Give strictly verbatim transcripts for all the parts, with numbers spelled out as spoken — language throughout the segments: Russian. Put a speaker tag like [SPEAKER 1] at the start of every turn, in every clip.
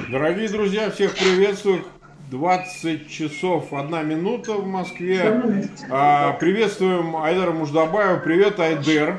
[SPEAKER 1] Дорогие друзья, всех приветствую. двадцать часов одна минута в Москве. А, приветствуем Айдера Муждабаева. Привет, Айдер.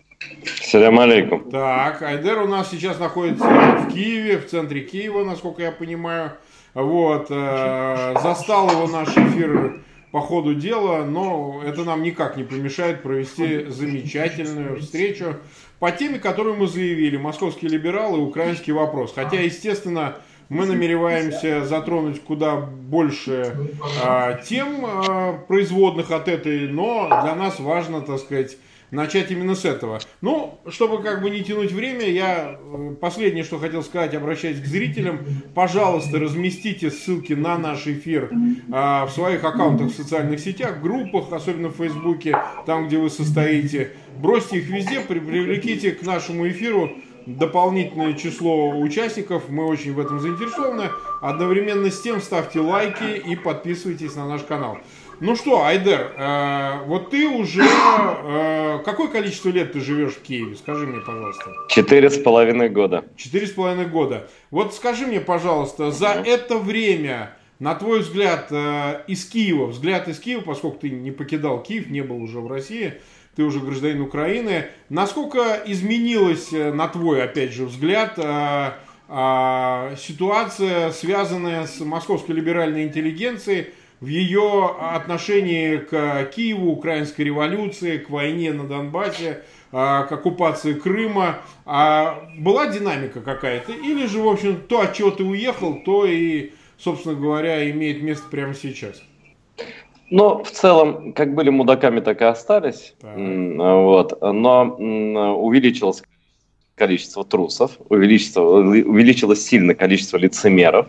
[SPEAKER 2] Салям алейкум.
[SPEAKER 1] Так, Айдер у нас сейчас находится в Киеве, в центре Киева, насколько я понимаю. Вот, э, застал его наш эфир по ходу дела, но это нам никак не помешает провести замечательную встречу по теме, которую мы заявили: московские либералы и украинский вопрос. Хотя, естественно, мы намереваемся затронуть куда больше э, тем э, производных от этой, но для нас важно, так сказать, начать именно с этого. Ну, чтобы как бы не тянуть время, я последнее, что хотел сказать, обращаясь к зрителям: пожалуйста, разместите ссылки на наш эфир а, в своих аккаунтах в социальных сетях, группах, особенно в Фейсбуке, там, где вы состоите. Бросьте их везде, привлеките к нашему эфиру дополнительное число участников, мы очень в этом заинтересованы. Одновременно с тем ставьте лайки и подписывайтесь на наш канал. Ну что, Айдер, э, вот ты уже... Э, какое количество лет ты живешь в Киеве? Скажи мне, пожалуйста.
[SPEAKER 2] Четыре с половиной года.
[SPEAKER 1] Четыре с половиной года. Вот скажи мне, пожалуйста, за mm-hmm. это время, на твой взгляд, э, из Киева, взгляд из Киева, поскольку ты не покидал Киев, не был уже в России, ты уже гражданин Украины, насколько изменилась, на твой, опять же, взгляд, э, э, ситуация, связанная с московской либеральной интеллигенцией, в ее отношении к Киеву, украинской революции, к войне на Донбассе, к оккупации Крыма? Была динамика какая-то? Или же, в общем, то, от чего ты уехал, то и, собственно говоря, имеет место прямо сейчас?
[SPEAKER 2] Ну, в целом, как были мудаками, так и остались. Так. Вот. Но увеличилось количество трусов, увеличилось, увеличилось сильно количество лицемеров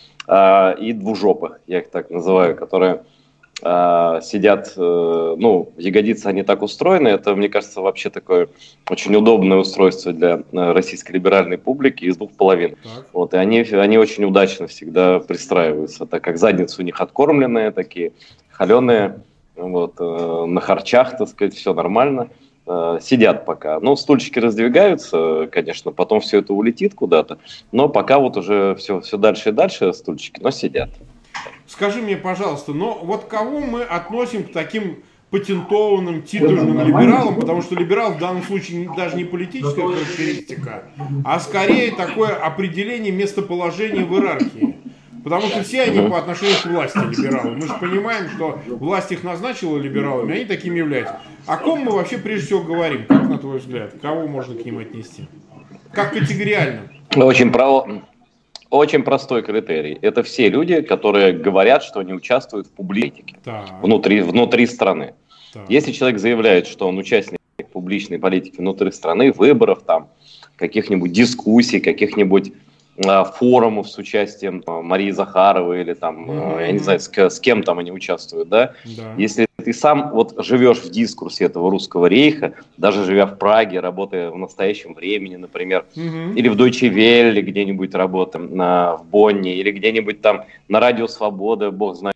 [SPEAKER 2] и двужопых, я их так называю, которые э, сидят, э, ну, ягодицы они так устроены, это, мне кажется, вообще такое очень удобное устройство для российской либеральной публики из двух половин. Вот, и они, они очень удачно всегда пристраиваются, так как задницы у них откормленные, такие холеные, вот, э, на харчах, так сказать, все нормально. Сидят пока. Ну, стульчики раздвигаются, конечно, потом все это улетит куда-то, но пока вот уже все, все дальше и дальше стульчики, но сидят.
[SPEAKER 1] Скажи мне, пожалуйста, но вот кого мы относим к таким патентованным, титульным либералам, потому что либерал в данном случае даже не политическая характеристика, а скорее такое определение местоположения в иерархии. Потому что все они по отношению к власти либералы. Мы же понимаем, что власть их назначила либералами, они такими являются. О ком мы вообще прежде всего говорим? Как, на твой взгляд? Кого можно к ним отнести? Как категориально?
[SPEAKER 2] Очень, про... Очень простой критерий. Это все люди, которые говорят, что они участвуют в политике внутри, внутри страны. Так. Если человек заявляет, что он участник публичной политики внутри страны, выборов, там, каких-нибудь дискуссий, каких-нибудь форумов с участием там, Марии Захаровой или там, mm-hmm. я не знаю, с, с кем там они участвуют, да? Да. Если ты сам вот живешь в дискурсе этого русского рейха, даже живя в Праге, работая в настоящем времени, например, mm-hmm. или в Deutsche Welle где-нибудь работаем, на, в Бонне, или где-нибудь там на Радио Свобода, бог знает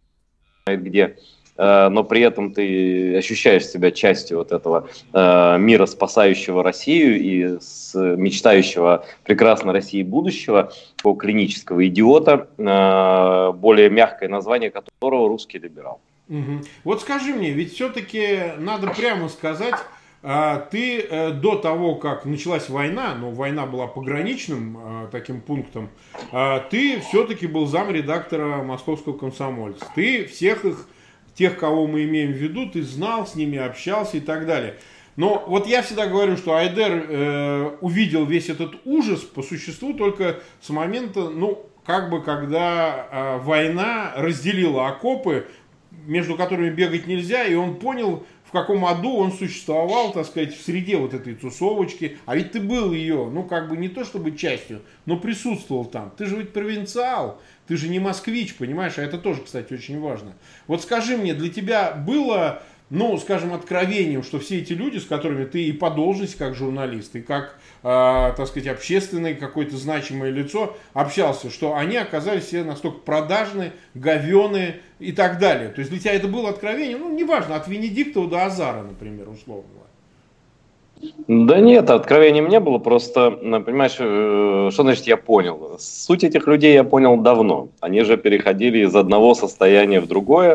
[SPEAKER 2] где, но при этом ты ощущаешь себя частью вот этого э, мира, спасающего Россию и с, мечтающего прекрасной России будущего, такого клинического идиота, э, более мягкое название которого русский либерал.
[SPEAKER 1] Угу. Вот скажи мне, ведь все-таки надо прямо сказать, э, ты э, до того, как началась война, но война была пограничным э, таким пунктом, э, ты все-таки был замредактора Московского комсомольца. Ты всех их тех, кого мы имеем в виду, ты знал, с ними общался и так далее. Но вот я всегда говорю, что Айдер э, увидел весь этот ужас по существу только с момента, ну, как бы, когда э, война разделила окопы, между которыми бегать нельзя, и он понял, в каком аду он существовал, так сказать, в среде вот этой тусовочки. А ведь ты был ее, ну, как бы не то чтобы частью, но присутствовал там. Ты же ведь провинциал, ты же не москвич, понимаешь? А это тоже, кстати, очень важно. Вот скажи мне, для тебя было, ну, скажем, откровением, что все эти люди, с которыми ты и по должности как журналист, и как, э, так сказать, общественное какое-то значимое лицо общался, что они оказались все настолько продажные, говеные и так далее. То есть для тебя это было откровением, ну, неважно, от Венедиктова до Азара, например, условно.
[SPEAKER 2] Да нет, откровений не было, просто, понимаешь, что значит я понял? Суть этих людей я понял давно. Они же переходили из одного состояния в другое,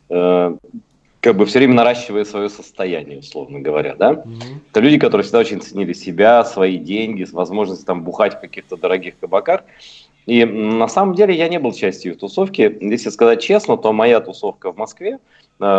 [SPEAKER 2] как бы все время наращивая свое состояние, условно говоря, да? Mm-hmm. Это люди, которые всегда очень ценили себя, свои деньги, возможность там бухать в каких-то дорогих кабаках. И на самом деле я не был частью их тусовки. Если сказать честно, то моя тусовка в Москве э,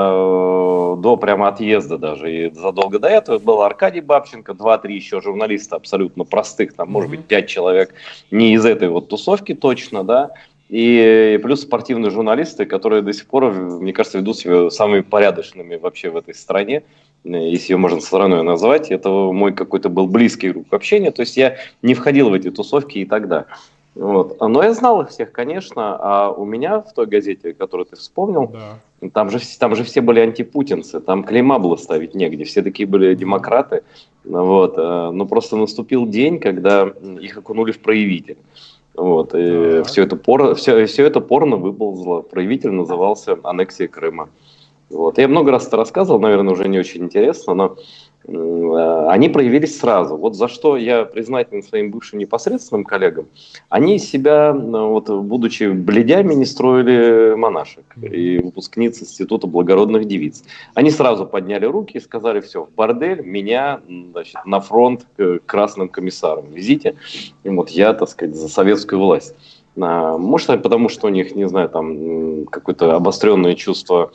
[SPEAKER 2] до прямо отъезда даже и задолго до этого был Аркадий Бабченко, два-три еще журналиста абсолютно простых, там, mm-hmm. может быть, пять человек не из этой вот тусовки точно, да. И плюс спортивные журналисты, которые до сих пор, мне кажется, ведут себя самыми порядочными вообще в этой стране, если ее можно страной назвать. Это мой какой-то был близкий круг общения, то есть я не входил в эти тусовки и тогда. Вот. Но я знал их всех, конечно, а у меня в той газете, которую ты вспомнил, да. там, же, там же все были антипутинцы, там клейма было ставить негде, все такие были демократы. Вот. Но просто наступил день, когда их окунули в проявитель. Вот, и все это, порно, все, все это порно выползло. Проявитель назывался «Аннексия Крыма». Вот. Я много раз это рассказывал, наверное, уже не очень интересно, но э, они проявились сразу. Вот за что я признателен своим бывшим непосредственным коллегам. Они из себя, вот, будучи бледями, не строили монашек и выпускниц Института благородных девиц. Они сразу подняли руки и сказали: все, в бордель, меня, значит, на фронт к красным комиссарам везите. И вот я, так сказать, за советскую власть. Может, потому что у них, не знаю, там какое-то обостренное чувство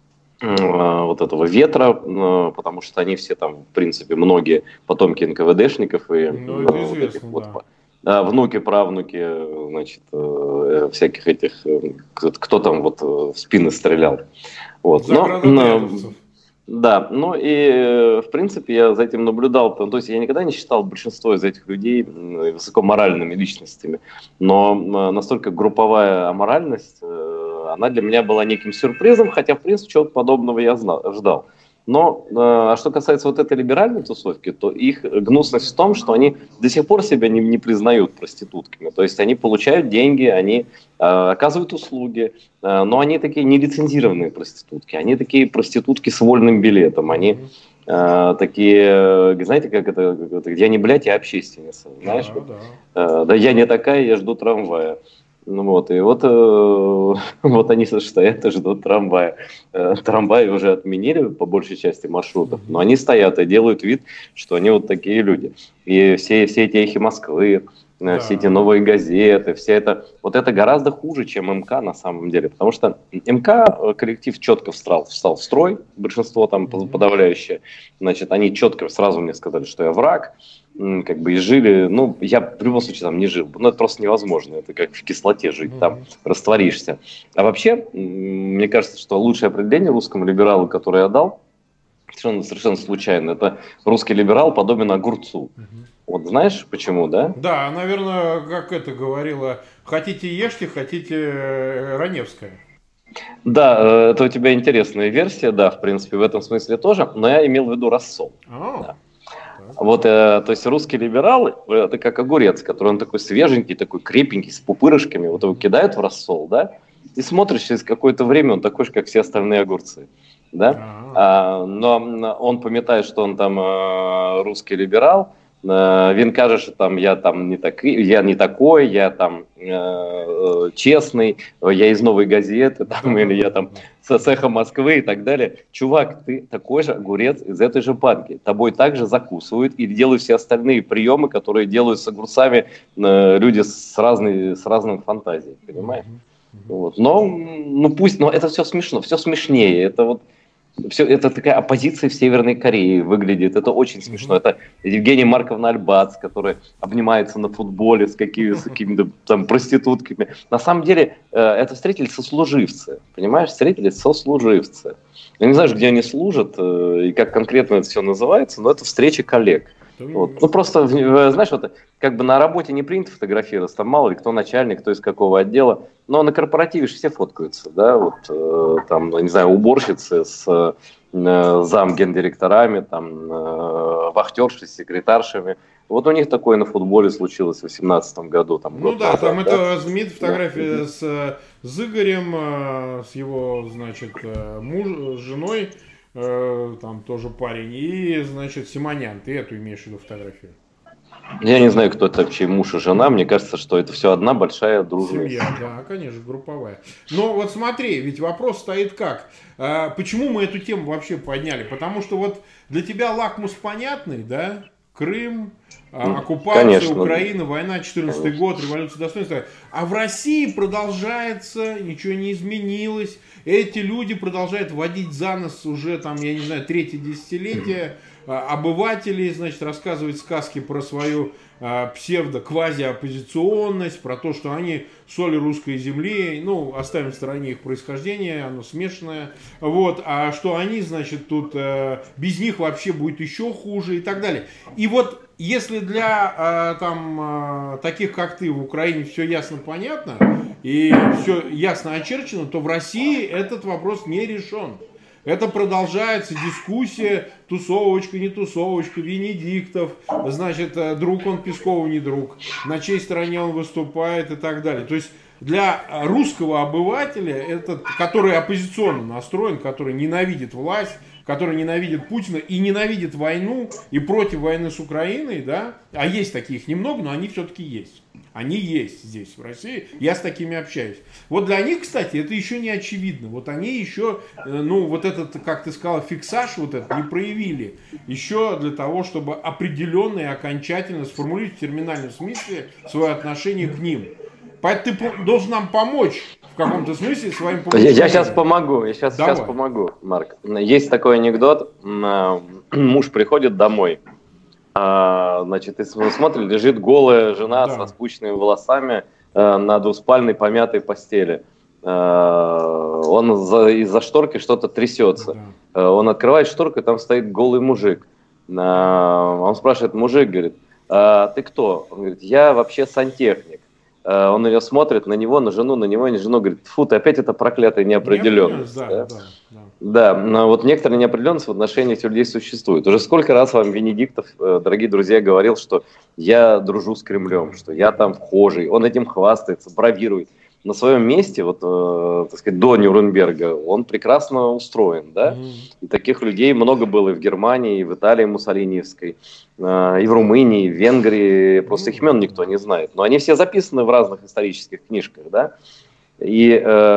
[SPEAKER 2] вот этого ветра, потому что они все там, в принципе, многие потомки эн ка вэ дэшников и
[SPEAKER 1] ну, это вот известно, этих,
[SPEAKER 2] да. вот, внуки, правнуки, значит, всяких этих, кто там вот в спины стрелял. Вот. Но, да, ну и, в принципе, я за этим наблюдал, то есть я никогда не считал большинство из этих людей высокоморальными личностями, но настолько групповая аморальность, она для меня была неким сюрпризом, хотя, в принципе, чего-то подобного я знал, ждал. Но, а что касается вот этой либеральной тусовки, то их гнусность в том, что они до сих пор себя не, не признают проститутками. То есть они получают деньги, они э, оказывают услуги, э, но они такие нелицензированные проститутки. Они такие проститутки с вольным билетом. Они э, такие, знаете, как это, где они, блядь, я общественница. Знаешь? Да, да. Э, да я не такая, я жду трамвая. Ну вот, и вот, э, вот они стоят и ждут трамвая. Э, трамваи уже отменили по большей части маршрутов, но они стоят и делают вид, что они вот такие люди. И все, все эти эхи Москвы, да. все эти новые газеты, все это, вот это гораздо хуже, чем эм ка на самом деле. Потому что эм ка коллектив четко встал, встал в строй, большинство там подавляющее. Значит, они четко сразу мне сказали, что я враг. Как бы и жили, ну, я в любом случае там не жил, но это просто невозможно, это как в кислоте жить, mm-hmm. там растворишься. А вообще, мне кажется, что лучшее определение русскому либералу, которое я дал, совершенно, совершенно случайно, это русский либерал подобен огурцу. Mm-hmm. Вот знаешь почему, да?
[SPEAKER 1] Да, наверное, как это говорила, хотите ешьте, хотите Раневская.
[SPEAKER 2] Да, это у тебя интересная версия, да, в принципе, в этом смысле тоже, но я имел в виду рассол. Oh. Да. Вот, э, то есть русский либерал, это как огурец, который он такой свеженький, такой крепенький, с пупырышками, вот его кидают в рассол, да, и смотришь, через какое-то время он такой же, как все остальные огурцы, да, а, но он пометает, что он там э, русский либерал, э, він каже, что там я там не такой, я не такой, я там э, честный, я из Новой газеты, там, или я там с эхо Москвы и так далее. Чувак, ты такой же огурец из этой же банки. Тобой также закусывают и делают все остальные приемы, которые делают с огурцами э, люди с, разной, с разной фантазией, понимаешь? Mm-hmm. Вот. Но, ну пусть, но это все смешно, все смешнее. Это вот все, это такая оппозиция в Северной Корее выглядит. Это очень смешно. Mm-hmm. Это Евгения Марковна Альбац, которая обнимается на футболе с, какими, с какими-то там проститутками. На самом деле, э, это встретились сослуживцы. Понимаешь, встретились сослуживцы. Я не знаю, где они служат э, и как конкретно это все называется, но это встреча коллег. Вот. Ну просто, знаешь, вот, как бы на работе не принято фотографироваться, там мало ли кто начальник, кто из какого отдела, но на корпоративе же все фоткаются, да, вот э, там, не знаю, уборщицы с э, зам гендиректорами, там, э, вахтерши с секретаршами. Вот у них такое на футболе случилось в восемнадцатом году. Там,
[SPEAKER 1] ну да, назад, там да? Это знаменитая фотография да. с, с Игорем, с его, значит, муж, женой. э, там тоже парень, и, значит, Симонян. Ты эту имеешь в виду фотографию?
[SPEAKER 2] Я не знаю, кто это вообще, муж и жена. Мне кажется, что это все одна большая дружная
[SPEAKER 1] семья. Да, конечно, групповая. Но вот смотри, ведь вопрос стоит как? А, почему мы эту тему вообще подняли? Потому что вот для тебя лакмус понятный, да? Крым, оккупация
[SPEAKER 2] Конечно.
[SPEAKER 1] Украины, война, четырнадцатый год, революция достоинства. А в России продолжается, ничего не изменилось. Эти люди продолжают водить за нос уже, там, я не знаю, третье десятилетие. Обыватели, значит, рассказывать сказки про свою псевдо-квази-оппозиционность, про то, что они соли русской земли, ну, оставим в стороне их происхождение, оно смешанное, вот, а что они, значит, тут э, без них вообще будет еще хуже и так далее. И вот если для э, там э, таких, как ты, в Украине все ясно, понятно, и все ясно очерчено, то в России этот вопрос не решен. Это продолжается дискуссия, тусовочка, не тусовочка, Венедиктов, значит, друг он Пескову, не друг, на чьей стороне он выступает и так далее. То есть для русского обывателя, этот, который оппозиционно настроен, который ненавидит власть, который ненавидит Путина и ненавидит войну и против войны с Украиной, да, а есть таких немного, но они все-таки есть. Они есть здесь, в России. Я с такими общаюсь. Вот для них, кстати, это еще не очевидно. Вот они еще, ну, вот этот, как ты сказал, фиксаж вот этот не проявили. Еще для того, чтобы определенно и окончательно сформулировать в терминальном смысле свое отношение к ним. Поэтому ты должен нам помочь в каком-то смысле своим
[SPEAKER 2] помощью. Я, я сейчас помогу, я сейчас, сейчас помогу, Марк. Есть такой анекдот. Муж приходит домой. А, значит, и смотрит, лежит голая жена да. со спущенными волосами а, на двуспальной помятой постели. А, он за, из-за шторки что-то трясется. Да. А, он открывает шторку, и там стоит голый мужик. А, он спрашивает, мужик, говорит, а, ты кто? Он говорит, я вообще сантехник. А, он ее смотрит на него, на жену, на него, на жену, говорит, фу, ты опять это проклятая неопределенность. Да, да? Да, да. Да, но вот некоторая неопределенность в отношении этих людей существует. Уже сколько раз вам Венедиктов, дорогие друзья, говорил, что я дружу с Кремлем, что я там вхожий, он этим хвастается, бравирует. На своем месте, вот, э, так сказать, до Нюрнберга, он прекрасно устроен, да, mm-hmm. и таких людей много было и в Германии, и в Италии Муссолиниевской, э, и в Румынии, и в Венгрии, просто их имен никто не знает, но они все записаны в разных исторических книжках, да. И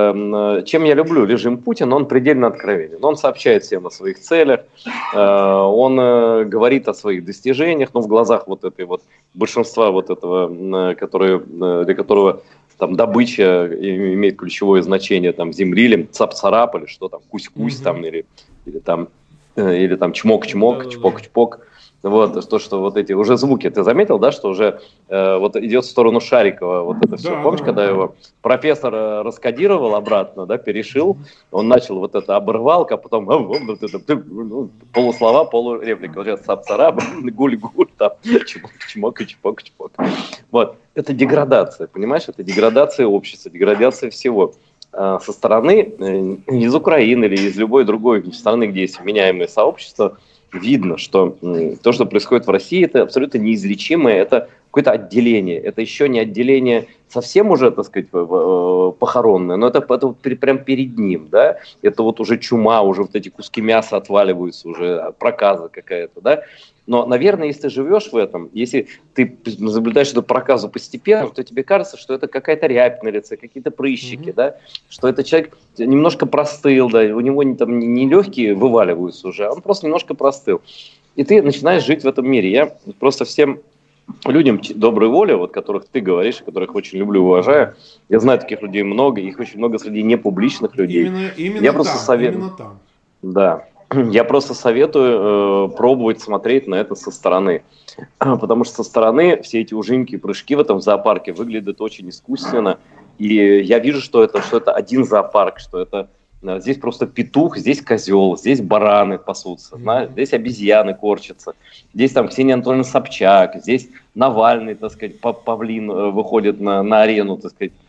[SPEAKER 2] э, чем я люблю режим Путина, он предельно откровенен. Он сообщает всем о своих целях, э, он э, говорит о своих достижениях, но в глазах вот этой вот большинства вот этого, э, который, э, для которого там добыча имеет ключевое значение, там земли или цап-царап, или что там, кусь-кусь, mm-hmm. там, или, или там, э, или там чмок-чмок, mm-hmm. чпок-чпок. Вот, то, что вот эти уже звуки, ты заметил, да, что уже э, вот идет в сторону Шарикова, вот это все, да, помнишь, да, когда да. его профессор э, раскодировал обратно, да, перешил, он начал вот это оборвалка, а потом вот это, ну, полуслова, полуреплика, вот цап-царап, гуль-гуль, там, чмок, чпок, чпок. Вот, это деградация, понимаешь, это деградация общества, деградация всего. Э, со стороны, э, из Украины или из любой другой страны, где есть вменяемое сообщество, видно, что то, что происходит в России, это абсолютно неизлечимое, это какое-то отделение, это еще не отделение совсем уже, так сказать, похоронное, но это, это прям перед ним, да, это вот уже чума, уже вот эти куски мяса отваливаются, уже проказа какая-то, да. Но, наверное, если ты живешь в этом, если ты наблюдаешь эту проказу постепенно, то тебе кажется, что это какая-то рябь на лице, какие-то прыщики, mm-hmm. да, что этот человек немножко простыл, да, у него там не легкие вываливаются уже, а он просто немножко простыл. И ты начинаешь жить в этом мире. Я просто всем людям доброй воли, вот которых ты говоришь, которых очень люблю и уважаю, я знаю таких людей много, их очень много среди непубличных людей.
[SPEAKER 1] Именно, именно
[SPEAKER 2] я
[SPEAKER 1] там,
[SPEAKER 2] просто совет...
[SPEAKER 1] именно там.
[SPEAKER 2] Да. Я просто советую э, пробовать смотреть на это со стороны, потому что со стороны все эти ужинки, прыжки в этом зоопарке выглядят очень искусственно, и я вижу, что это, что это один зоопарк, что это э, здесь просто петух, здесь козел, здесь бараны пасутся, знаешь, здесь обезьяны корчатся, здесь там Ксения Анатольевна Собчак, здесь Навальный, так сказать, павлин э, выходит на, на арену, так сказать,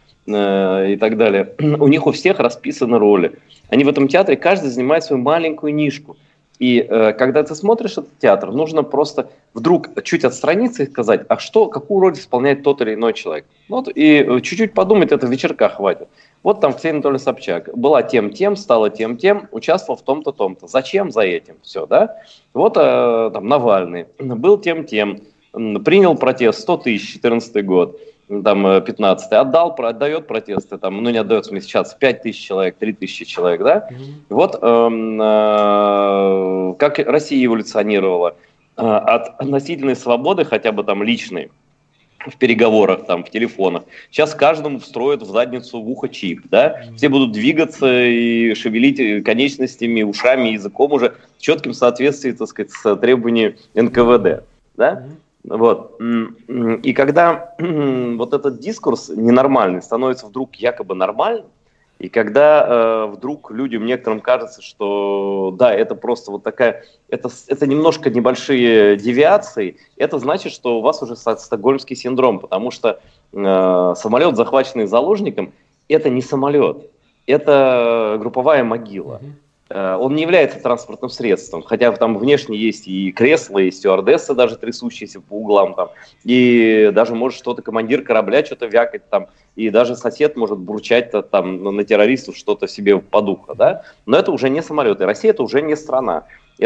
[SPEAKER 2] и так далее. У них у всех расписаны роли. Они в этом театре, каждый занимает свою маленькую нишку. И э, когда ты смотришь этот театр, нужно просто вдруг чуть отстраниться и сказать, а что, какую роль исполняет тот или иной человек. Вот, и чуть-чуть подумать, это вечерка хватит. Вот там Ксения Анатольевна Собчак была тем-тем, стала тем-тем, участвовала в том-то, том-то. Зачем за этим? Все, да? Вот э, там Навальный был тем-тем, принял протест, сто тысяч, четырнадцатый год. Там пятнадцатый, отдал, отдает протесты, там, ну не отдает, в смысле, сейчас пять тысяч человек, три тысячи человек, да? Mm-hmm. Вот эм, э, как Россия эволюционировала э, от относительной свободы, хотя бы там личной, в переговорах, там, в телефонах. Сейчас каждому встроят в задницу в ухо чип, да? Mm-hmm. Все будут двигаться и шевелить конечностями, ушами, языком уже в четком соответствии, так сказать, с требованиями эн ка вэ дэ, да? Mm-hmm. Вот. И когда вот этот дискурс ненормальный становится вдруг якобы нормальным, и когда э, вдруг людям некоторым кажется, что да, это просто вот такая, это, это немножко небольшие девиации, это значит, что у вас уже стокгольмский синдром, потому что э, самолет, захваченный заложником, это не самолет, это групповая могила. Он не является транспортным средством, хотя там внешне есть и кресла, и стюардессы даже трясущиеся по углам, там, и даже может что-то командир корабля что-то вякать, там, и даже сосед может бурчать там, на террористов что-то себе под ухо, да? Но это уже не самолеты, Россия это уже не страна,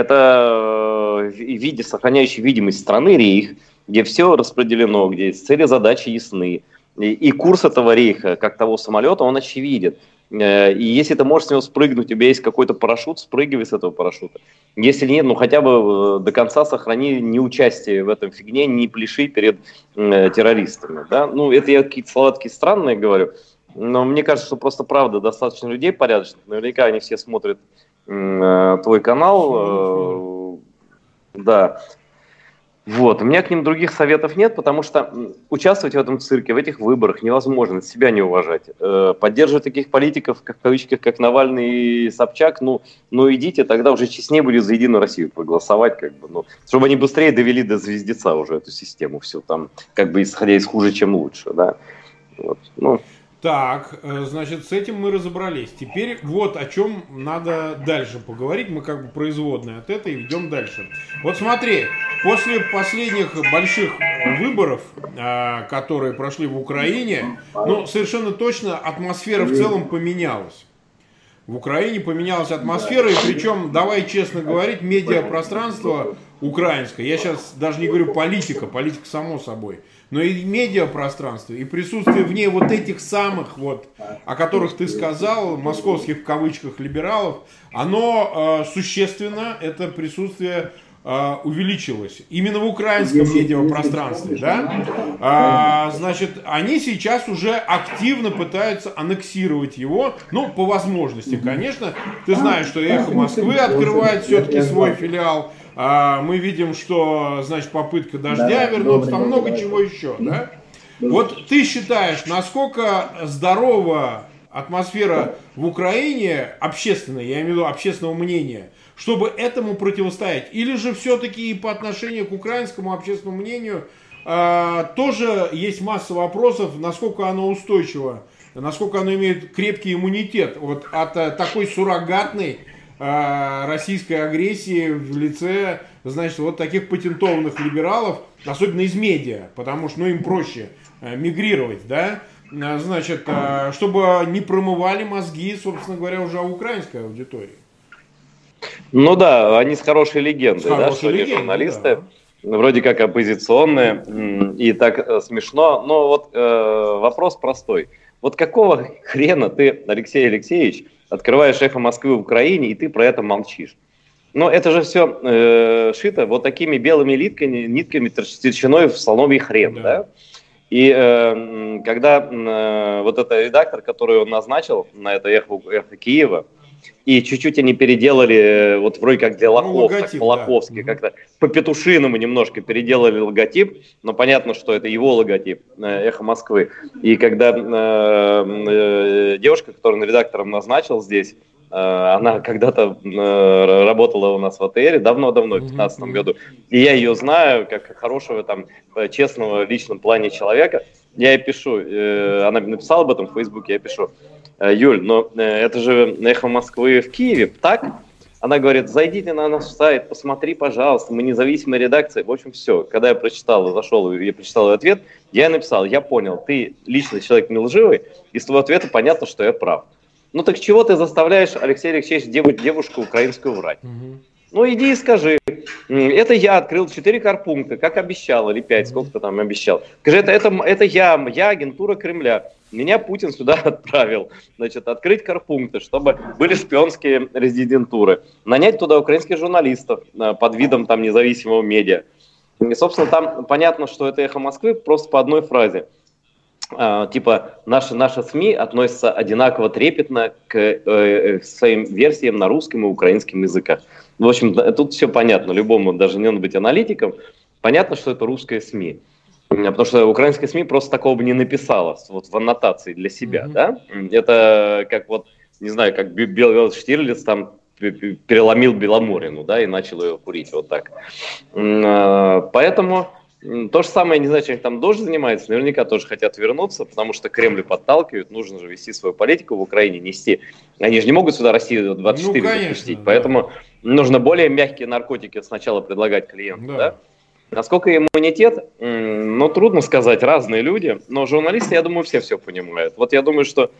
[SPEAKER 2] это в виде, сохраняющий видимость страны рейх, где все распределено, где цели, задачи ясны, и, и курс этого рейха, как того самолета, он очевиден. И если ты можешь с него спрыгнуть, у тебя есть какой-то парашют, спрыгивай с этого парашюта. Если нет, ну хотя бы до конца сохрани неучастие в этом фигне, не пляши перед э, террористами. Да? Ну, это я какие-то слова такие странные говорю, но мне кажется, что просто правда достаточно людей порядочных. Наверняка они все смотрят э, твой канал. Э, да. Вот. У меня к ним других советов нет, потому что участвовать в этом цирке, в этих выборах невозможно, себя не уважать. Поддерживать таких политиков, как в кавычках, как Навальный и Собчак, ну, ну идите, тогда уже честнее будет за Единую Россию проголосовать, как бы, ну, чтобы они быстрее довели до звездеца уже эту систему, все там, как бы исходя из хуже, чем лучше, да. Вот, ну.
[SPEAKER 1] Так, значит, с этим мы разобрались. Теперь вот о чем надо дальше поговорить. Мы как бы производные от этого и идем дальше. Вот смотри, после последних больших выборов, которые прошли в Украине, ну, совершенно точно атмосфера в целом поменялась. В Украине поменялась атмосфера, и причем, давай честно говорить, медиапространство украинское, я сейчас даже не говорю политика, политика само собой, но и медиапространство, и присутствие в ней вот этих самых, вот, о которых ты сказал, московских в кавычках либералов, оно э, существенно, это присутствие э, увеличилось. Именно в украинском медиапространстве, да? А, значит, они сейчас уже активно пытаются аннексировать его, ну, по возможности, конечно. Ты знаешь, что «Эхо Москвы» открывает все-таки свой филиал. А, мы видим, что, значит, попытка «Дождя» вернуться, там много чего еще, да? Вот ты считаешь, насколько здорова атмосфера в Украине, общественная, я имею в виду общественного мнения, чтобы этому противостоять? Или же все-таки и по отношению к украинскому общественному мнению э, тоже есть масса вопросов, насколько оно устойчиво, насколько оно имеет крепкий иммунитет вот, от э, такой суррогатной э, российской агрессии в лице, значит, вот таких патентованных либералов, особенно из медиа, потому что ну, им проще э, мигрировать, да? Значит, чтобы не промывали мозги, собственно говоря, уже украинской аудитории.
[SPEAKER 2] Ну да, они с хорошей легендой, с хорошей да, что
[SPEAKER 1] легендой,
[SPEAKER 2] они журналисты,
[SPEAKER 1] да.
[SPEAKER 2] Вроде как оппозиционные, и так смешно. Но вот э, вопрос простой. Вот какого хрена ты, Алексей Алексеевич, открываешь «Эхо Москвы» в Украине, и ты про это молчишь? Но это же все э, шито вот такими белыми нитками, нитками толщиной в слоновий хрен, да? да? И э, когда э, вот этот редактор, который он назначил на это эхо, эхо Киева, и чуть-чуть они переделали, вот вроде как для лохов, ну, логотип, так по-лоховски, да. Как-то по-петушиному немножко переделали логотип, но понятно, что это его логотип, э, «Эхо Москвы». И когда э, э, девушка, которую редактором назначил здесь, она когда-то э, работала у нас в АТРе давно-давно, в две тысячи пятнадцатом году. И я ее знаю как хорошего, там, честного в личном плане человека. Я ей пишу, э, она написала об этом в Фейсбуке, я пишу: Юль, но это же «Эхо Москвы» в Киеве, так? Она говорит, зайдите на наш сайт, посмотри, пожалуйста, мы независимая редакция. В общем, все. Когда я прочитал, зашел и прочитал ее ответ, я написал, я понял, ты лично человек не лживый, из твоего ответа понятно, что я прав. Ну так чего ты заставляешь, Алексей Алексеевич, девушку украинскую врать? Угу. Ну иди и скажи, это я открыл четыре карпункта, как обещал, или пять, сколько ты там обещал. Скажи, это, это, это я, я агентура Кремля. Меня Путин сюда отправил, значит, открыть карпункты, чтобы были шпионские резидентуры, нанять туда украинских журналистов под видом там независимого медиа. И, собственно, там понятно, что это «Эхо Москвы» просто по одной фразе. А, типа, наши, наши СМИ относятся одинаково трепетно к э, своим версиям на русском и украинском языках. В общем, тут все понятно, любому, даже не надо быть аналитиком, понятно, что это русская СМИ. Потому что украинская СМИ просто такого бы не написала вот в аннотации для себя, mm-hmm. да? Это как вот, не знаю, как Белый Штирлиц там переломил Беломорину, да, и начал ее курить вот так. Поэтому то же самое, не знаю, чем там Дождь занимается, наверняка тоже хотят вернуться, потому что Кремль подталкивает, нужно же вести свою политику в Украине, нести. Они же не могут сюда Россию двадцать четыре ну, конечно, запустить, да. Поэтому нужно более мягкие наркотики сначала предлагать клиенту, да. да? Насколько иммунитет, ну, трудно сказать, разные люди, но журналисты, я думаю, все все понимают. Вот я думаю, что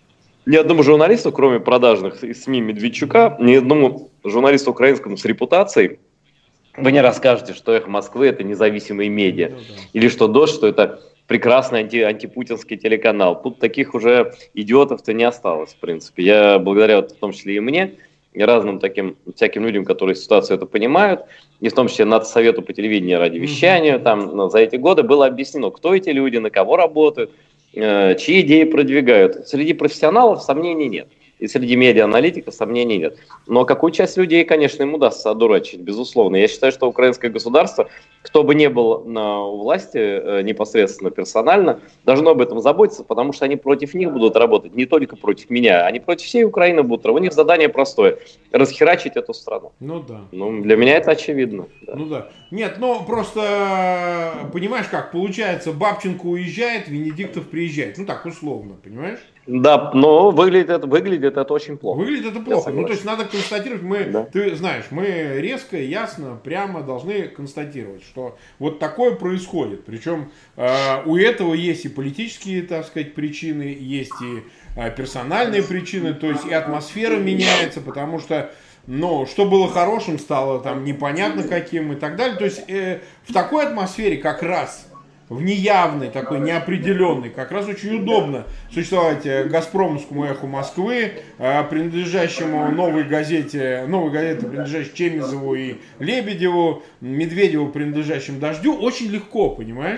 [SPEAKER 2] ни одному журналисту, кроме продажных из СМИ Медведчука, ни одному журналисту украинскому с репутацией вы не расскажете, что «Эхо Москвы» — это независимые медиа, ну, да. Или что «Дождь», что это прекрасный анти, антипутинский телеканал. Тут таких уже идиотов-то не осталось, в принципе. Я благодаря, вот, в том числе и мне, и разным таким всяким людям, которые ситуацию это понимают, и в том числе Нацсовету по телевидению и радиовещанию, mm-hmm. там ну, за эти годы было объяснено, кто эти люди, на кого работают, э, чьи идеи продвигают. Среди профессионалов сомнений нет. И среди медиа-аналитиков сомнений нет. Но какую часть людей, конечно, им удастся одурачить, безусловно. Я считаю, что украинское государство, кто бы ни был на власти э, непосредственно, персонально, должно об этом заботиться, потому что они против них будут работать, не только против меня, они против всей Украины будут работать. У них задание простое – расхерачить эту страну.
[SPEAKER 1] Ну да.
[SPEAKER 2] Ну, для меня это очевидно. Да.
[SPEAKER 1] Ну да. Нет, ну просто, понимаешь как, получается, Бабченко уезжает, Венедиктов приезжает. Ну так, условно, понимаешь?
[SPEAKER 2] Да, но выглядит это, выглядит это очень плохо.
[SPEAKER 1] Выглядит это плохо. Ну, то есть надо констатировать, мы, да. Ты знаешь, мы резко, ясно, прямо должны констатировать, что вот такое происходит. Причем э, у этого есть и политические, так сказать, причины, есть и э, персональные причины, то есть и атмосфера меняется, потому что, ну, что было хорошим, стало там непонятно каким и так далее. То есть э, в такой атмосфере как раз... в неявной, такой неопределенной, как раз очень удобно существовать Газпромовскому «Эху Москвы», принадлежащему новой газете, новой газете, принадлежащей Чемизову и Лебедеву, Медведеву, принадлежащему «Дождю», очень легко, понимаешь?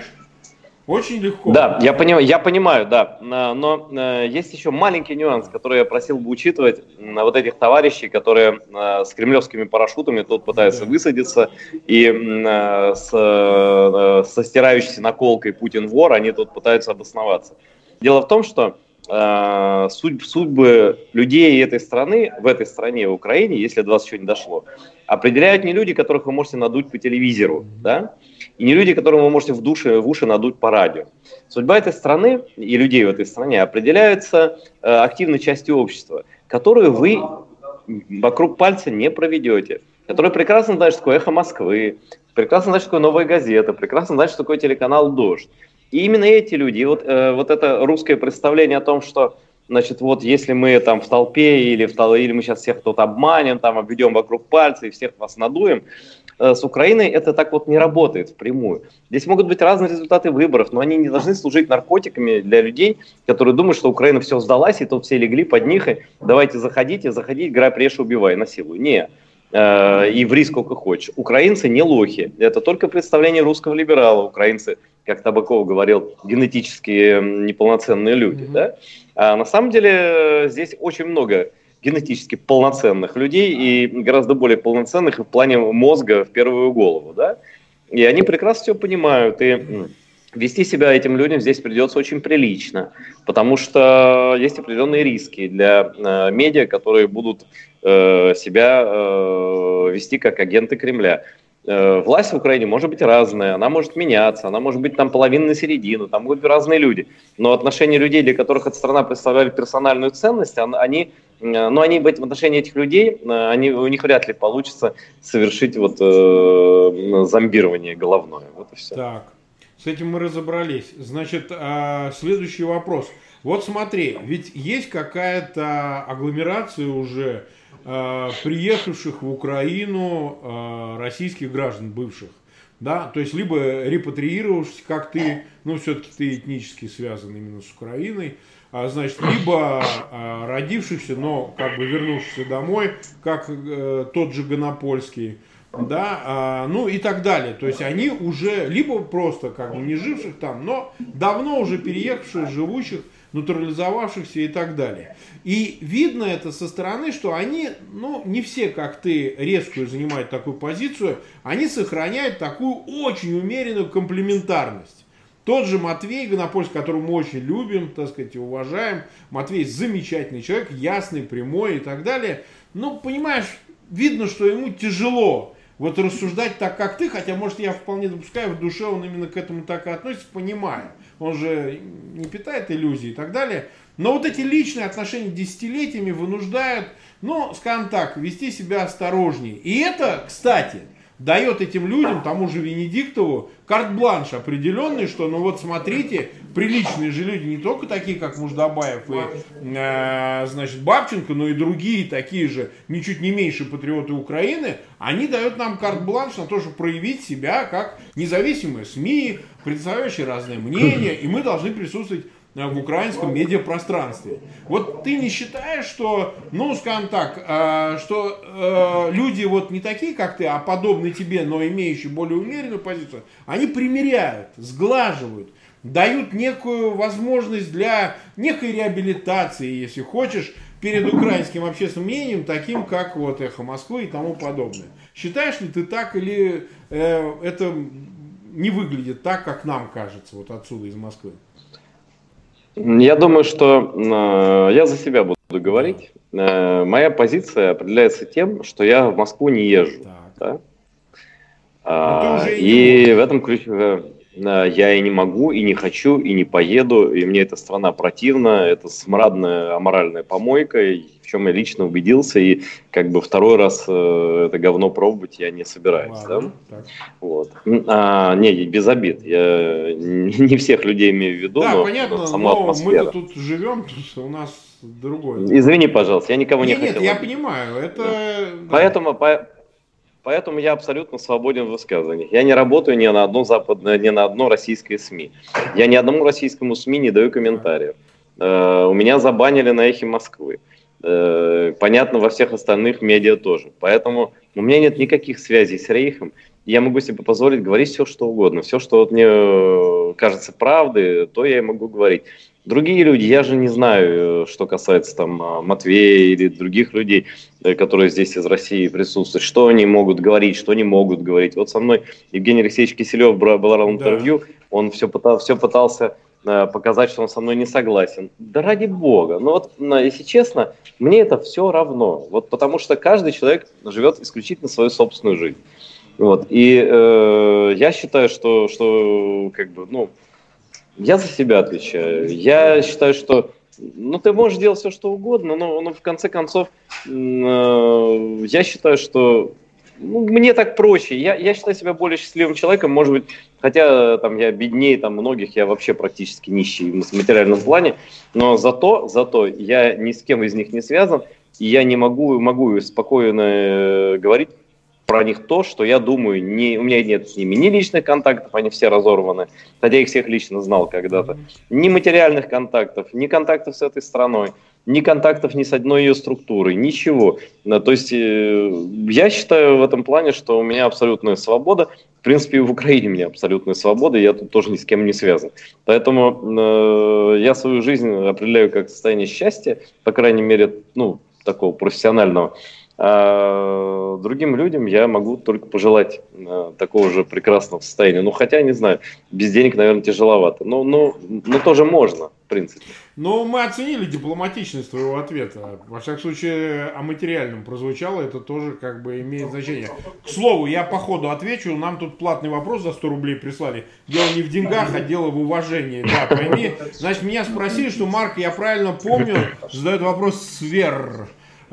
[SPEAKER 1] Очень легко.
[SPEAKER 2] Да, я понимаю, я понимаю, да. Но э, есть еще маленький нюанс, который я просил бы учитывать на вот этих товарищей, которые э, с кремлевскими парашютами тут пытаются да. высадиться, и э, с, э, со стирающейся наколкой «Путин вор» они тут пытаются обосноваться. Дело в том, что э, судь, судьбы людей этой страны, в этой стране, в Украине, если до вас еще не дошло, определяют не люди, которых вы можете надуть по телевизору, да? И не люди, которым вы можете в, душе, в уши надуть по радио. Судьба этой страны и людей в этой стране определяется э, активной частью общества, которую вы вокруг пальца не проведете, которые прекрасно знают, что такое «Эхо Москвы», прекрасно знают, что такое «Новая газета», прекрасно знают, что такое телеканал «Дождь». И именно эти люди, вот, э, вот это русское представление о том, что, значит, вот если мы там в толпе или, в тол- или мы сейчас всех тут обманем, там обведем вокруг пальца и всех вас надуем, с Украиной это так вот не работает впрямую. Здесь могут быть разные результаты выборов, но они не должны служить наркотиками для людей, которые думают, что Украина все сдалась, и тут все легли под них, и давайте заходите, заходите, грабь, режь, убивай, насилуй. Не. И ври сколько хочешь. Украинцы не лохи. Это только представление русского либерала. Украинцы, как Табаков говорил, генетически неполноценные люди. Mm-hmm. Да? А на самом деле здесь очень много генетически полноценных людей и гораздо более полноценных в плане мозга в первую голову, да, и они прекрасно все понимают, и вести себя этим людям здесь придется очень прилично, потому что есть определенные риски для э, медиа, которые будут э, себя э, вести как агенты Кремля. Э, власть в Украине может быть разная, она может меняться, она может быть там половина на середину, там будут разные люди, но отношения людей, для которых эта страна представляет персональную ценность, они но они в отношении этих людей, они, у них вряд ли получится совершить вот э, зомбирование головное. Вот и все.
[SPEAKER 1] Так, с этим мы разобрались. Значит, следующий вопрос. Вот смотри, ведь есть какая-то агломерация уже э, приехавших в Украину э, российских граждан бывших, да, то есть либо репатриировавшись, как ты, ну все-таки ты этнически связан именно с Украиной, а, значит, либо э, родившихся, но как бы вернувшихся домой, как э, тот же Гонопольский, да, а, ну и так далее. То есть они уже либо просто как бы не живших там, но давно уже переехавших, живущих, натурализовавшихся и так далее. И видно это со стороны, что они, ну, не все, как ты, резкую занимают такую позицию, они сохраняют такую очень умеренную комплементарность. Тот же Матвей Гонопольский, которого мы очень любим, так сказать, и уважаем. Матвей замечательный человек, ясный, прямой и так далее. Ну, понимаешь, видно, что ему тяжело вот рассуждать так, как ты, хотя, может, я вполне допускаю, в душе он именно к этому так и относится, понимаю. Он же не питает иллюзий и так далее. Но вот эти личные отношения десятилетиями вынуждают, ну, скажем так, вести себя осторожнее. И это, кстати, дает этим людям, тому же Венедиктову, карт-бланш определенный, что, ну вот смотрите, приличные же люди, не только такие, как Муждабаев и, э, значит, Бабченко, но и другие такие же, ничуть не меньше патриоты Украины, они дают нам карт-бланш на то, чтобы проявить себя как независимые СМИ, представляющие разные мнения, и мы должны присутствовать в украинском медиапространстве. Вот ты не считаешь, что, ну, скажем так, э, что э, люди вот не такие, как ты, а подобные тебе, но имеющие более умеренную позицию, они примиряют, сглаживают, дают некую возможность для некой реабилитации, если хочешь, перед украинским общественным мнением, таким как вот «Эхо Москвы» и тому подобное. Считаешь ли ты так, или э, это не выглядит так, как нам кажется, вот отсюда, из Москвы?
[SPEAKER 2] Я думаю, что э, я за себя буду говорить. Э, моя позиция определяется тем, что я в Москву не езжу. Да? А, и в этом ключе э, я и не могу, и не хочу, и не поеду. И мне эта страна противна. Это смрадная аморальная помойка, в чем я лично убедился. И как бы второй раз э, это говно пробовать я не собираюсь. Ладно, да? Вот. А, не, без обид. Я не всех людей имею в виду,
[SPEAKER 1] да,
[SPEAKER 2] но
[SPEAKER 1] понятно,
[SPEAKER 2] сама
[SPEAKER 1] но
[SPEAKER 2] атмосфера.
[SPEAKER 1] Мы-то тут живем, тут у нас другое.
[SPEAKER 2] Извини, пожалуйста, я никого
[SPEAKER 1] нет,
[SPEAKER 2] не хотел.
[SPEAKER 1] Нет, я
[SPEAKER 2] обидеть.
[SPEAKER 1] понимаю. Это...
[SPEAKER 2] Да.
[SPEAKER 1] Да.
[SPEAKER 2] Поэтому... По... Поэтому я абсолютно свободен в высказываниях. Я не работаю ни на одно западное, ни на одно российское СМИ. Я ни одному российскому СМИ не даю комментариев. Uh, у меня забанили на «Эхе Москвы». Uh, понятно, во всех остальных медиа тоже. Поэтому у меня нет никаких связей с Рейхом. Я могу себе позволить говорить все, что угодно. Все, что вот мне кажется правдой, то я и могу говорить. Другие люди, я же не знаю, что касается там Матвея или других людей, которые здесь из России присутствуют, что они могут говорить, что не могут говорить. Вот со мной Евгений Алексеевич Киселев брал интервью, да. Он все, пытал, все пытался показать, что он со мной не согласен. Да ради бога. Но вот, если честно, мне это все равно. Вот потому что каждый человек живет исключительно свою собственную жизнь. Вот. И э, я считаю, что, что как бы, ну, я за себя отвечаю. Я считаю, что ну, ты можешь делать все, что угодно, но, но в конце концов, э, я считаю, что ну, мне так проще. Я, я считаю себя более счастливым человеком, может быть, хотя там, я беднее там, многих, я вообще практически нищий в материальном плане, но зато, зато я ни с кем из них не связан, и я не могу, могу спокойно говорить про них то, что я думаю, не, у меня нет с ними ни личных контактов, они все разорваны, хотя я их всех лично знал когда-то, ни материальных контактов, ни контактов с этой страной, ни контактов ни с одной ее структурой, ничего. То есть я считаю в этом плане, что у меня абсолютная свобода, в принципе и в Украине у меня абсолютная свобода, я тут тоже ни с кем не связан. Поэтому э, я свою жизнь определяю как состояние счастья, по крайней мере, ну, такого профессионального. А другим людям я могу только пожелать а, такого же прекрасного состояния. Ну, хотя, не знаю, без денег, наверное, тяжеловато. Но, но, но тоже можно, в принципе.
[SPEAKER 1] Но мы оценили дипломатичность твоего ответа. Во всяком случае, о материальном прозвучало, это тоже как бы имеет значение. К слову, я по ходу отвечу, нам тут платный вопрос за сто рублей прислали. Дело не в деньгах, а дело в уважении. Да, пойми. Значит, меня спросили, что, Марк, я правильно помню, задает вопрос Свер.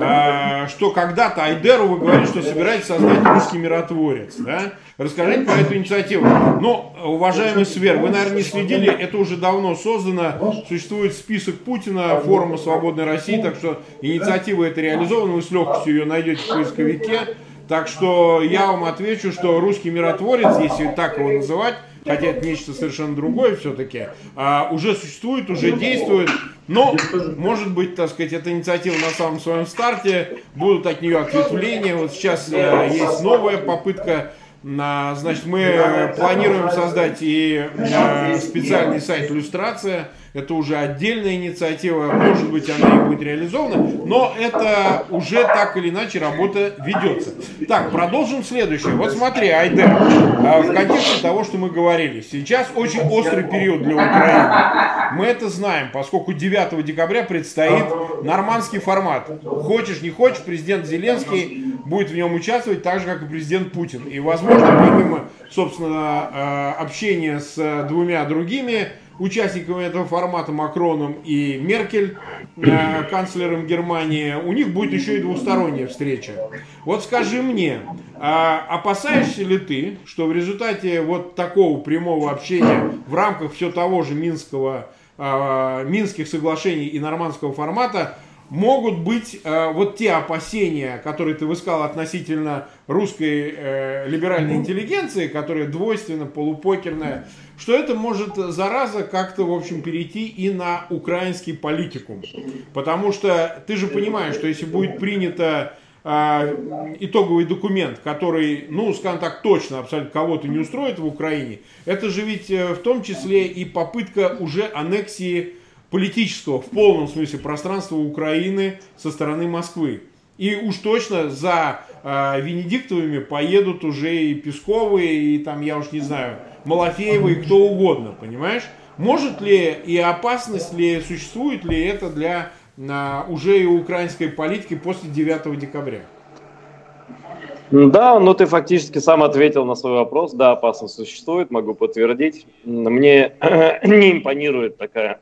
[SPEAKER 1] А, что когда-то Айдеру вы говорили, что собираетесь создать русский миротворец, да? Расскажите про эту инициативу. Ну, уважаемый Свер, вы, наверное, не следили, это уже давно создано, существует список Путина, форума «Свободной России», так что инициатива эта реализована, вы с легкостью ее найдете в поисковике. Так что я вам отвечу, что русский миротворец, если так его называть, хотя это нечто совершенно другое все-таки, а, уже существует, уже действует, но, может быть, так сказать, эта инициатива на самом своем старте, будут от нее ответвления. Вот сейчас а, есть новая попытка. А, значит, мы планируем создать и а, специальный сайт «Иллюстрация». Это уже отдельная инициатива, может быть, она и будет реализована, но это уже так или иначе работа ведется. Так, продолжим следующее. Вот смотри, Айдер, в контексте того, что мы говорили, сейчас очень острый период для Украины. Мы это знаем, поскольку девятого декабря предстоит нормандский формат. Хочешь, не хочешь, президент Зеленский будет в нем участвовать так же, как и президент Путин. И, возможно, помимо, собственно, общения с двумя другими участниками этого формата, Макроном и Меркель, э, канцлером Германии, у них будет еще и двусторонняя встреча. Вот скажи мне, э, опасаешься ли ты, что в результате вот такого прямого общения в рамках все того же Минского, э, Минских соглашений и нормандского формата могут быть э, вот те опасения, которые ты высказал относительно русской э, либеральной интеллигенции, которая двойственна, полупокерная, что это может, зараза, как-то, в общем, перейти и на украинский политикум. Потому что ты же понимаешь, что если будет принято э, итоговый документ, который, ну, скажем так, точно абсолютно кого-то не устроит в Украине, это же ведь э, в том числе и попытка уже аннексии политического, в полном смысле, пространства Украины со стороны Москвы. И уж точно за э, Венедиктовыми поедут уже и Песковы, и там, я уж не знаю, Малафеевы, и кто угодно, понимаешь? Может ли и опасность ли, существует ли это для э, уже и украинской политики после девятого декабря?
[SPEAKER 2] Да, ну ты фактически сам ответил на свой вопрос. Да, опасность существует, могу подтвердить. Мне не импонирует такая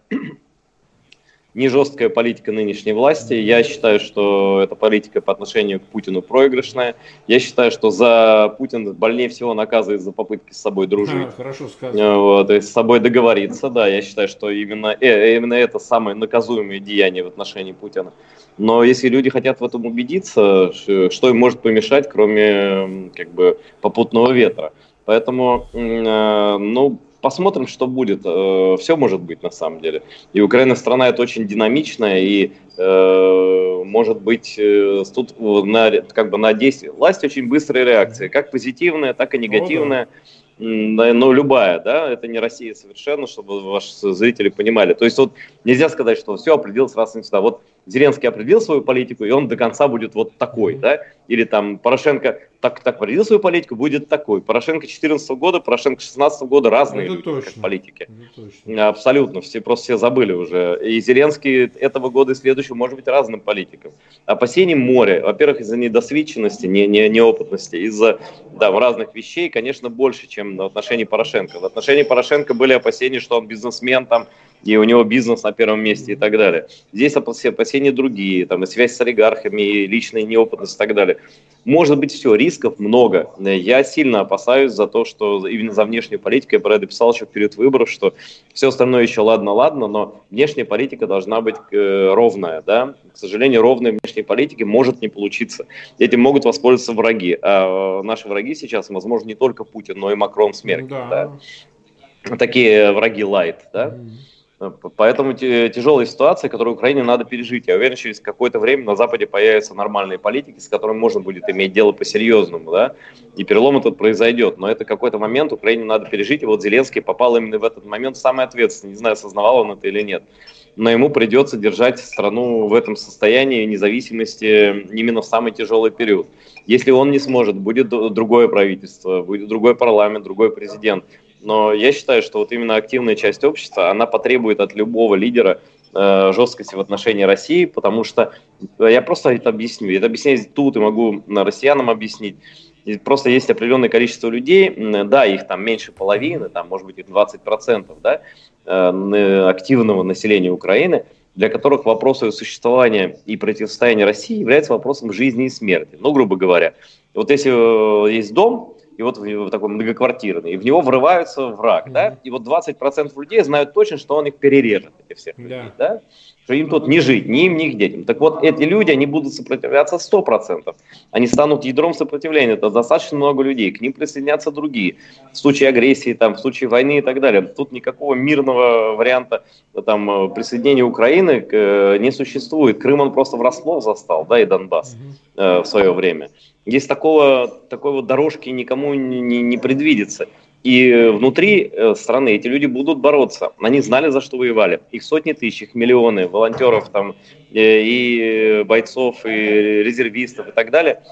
[SPEAKER 2] не жесткая политика нынешней власти. Я считаю, что эта политика по отношению к Путину проигрышная. Я считаю, что за Путин больнее всего наказывает за попытки с собой дружить.
[SPEAKER 1] А, хорошо сказано.
[SPEAKER 2] Вот, и с собой договориться. Да, я считаю, что именно, э, именно это самое наказуемое деяние в отношении Путина. Но если люди хотят в этом убедиться, что им может помешать, кроме как бы попутного ветра. Поэтому, э, ну, посмотрим, что будет. Все может быть на самом деле. И Украина страна это очень динамичная, и э, может быть тут на, как бы на действие власти очень быстрая реакция, как позитивная, так и негативная. Но любая, да, это не Россия совершенно, чтобы ваши зрители понимали. То есть вот нельзя сказать, что все определилось раз и навсегда. Вот Зеленский определил свою политику, и он до конца будет вот такой, да, или там Порошенко так, так определил свою политику, будет такой. Порошенко две тысячи четырнадцатого года, Порошенко две тысячи шестнадцатого года разные
[SPEAKER 1] это
[SPEAKER 2] люди,
[SPEAKER 1] точно,
[SPEAKER 2] как политики.
[SPEAKER 1] точно.
[SPEAKER 2] Абсолютно, все просто все забыли уже. И Зеленский этого года и следующего может быть разным политиком. Опасений море. Во-первых, из-за недосвидченности, не, не, неопытности, из-за да, разных вещей, конечно, больше, чем в отношении Порошенко. В отношении Порошенко были опасения, что он бизнесмен там, и у него бизнес на первом месте и так далее. Здесь опасения другие, там и связь с олигархами, и личная неопытность и так далее. Может быть все, рисков много. Я сильно опасаюсь за то, что именно за внешнюю политику, я про это писал еще в период выборов, что все остальное еще ладно-ладно, но внешняя политика должна быть э, ровная. Да? К сожалению, ровной внешней политики может не получиться. Этим могут воспользоваться враги. А наши враги сейчас, возможно, не только Путин, но и Макрон с Меркель. Да. Да? Такие враги лайт, да? Mm-hmm. Поэтому тяжелая ситуация, которую Украине надо пережить. Я уверен, через какое-то время на Западе появятся нормальные политики, с которыми можно будет иметь дело по-серьезному, да, и перелом этот произойдет. Но это какой-то момент Украине надо пережить, и вот Зеленский попал именно в этот момент самый ответственный. Не знаю, осознавал он это или нет. Но ему придется держать страну в этом состоянии независимости именно в самый тяжелый период. Если он не сможет, будет другое правительство, будет другой парламент, другой президент. Но я считаю, что вот именно активная часть общества, она потребует от любого лидера э, жесткости в отношении России, потому что я просто это объясню. Это объясняю тут и могу россиянам объяснить. И просто есть определенное количество людей, да, их там меньше половины, там, может быть, двадцать процентов, да, активного населения Украины, для которых вопрос ее существования и противостояния России является вопросом жизни и смерти. Ну, грубо говоря, вот если есть дом, и вот такой многоквартирный, и в него врывается враг, mm-hmm. да, и вот двадцать процентов людей знают точно, что он их перережет, этих всех людей, yeah. да, что им тут не жить, ни им, ни их детям. Так вот, эти люди, они будут сопротивляться сто процентов. Они станут ядром сопротивления. Это достаточно много людей. К ним присоединятся другие. В случае агрессии, там, в случае войны и так далее. Тут никакого мирного варианта там, присоединения Украины э, не существует. Крым он просто врасплох застал, да, и Донбасс э, в свое время. Здесь такого, такой вот дорожки никому не, не, не предвидится. И внутри страны эти люди будут бороться. Они знали, за что воевали. Их сотни тысяч, их миллионы волонтеров там, и бойцов, и резервистов и так далее.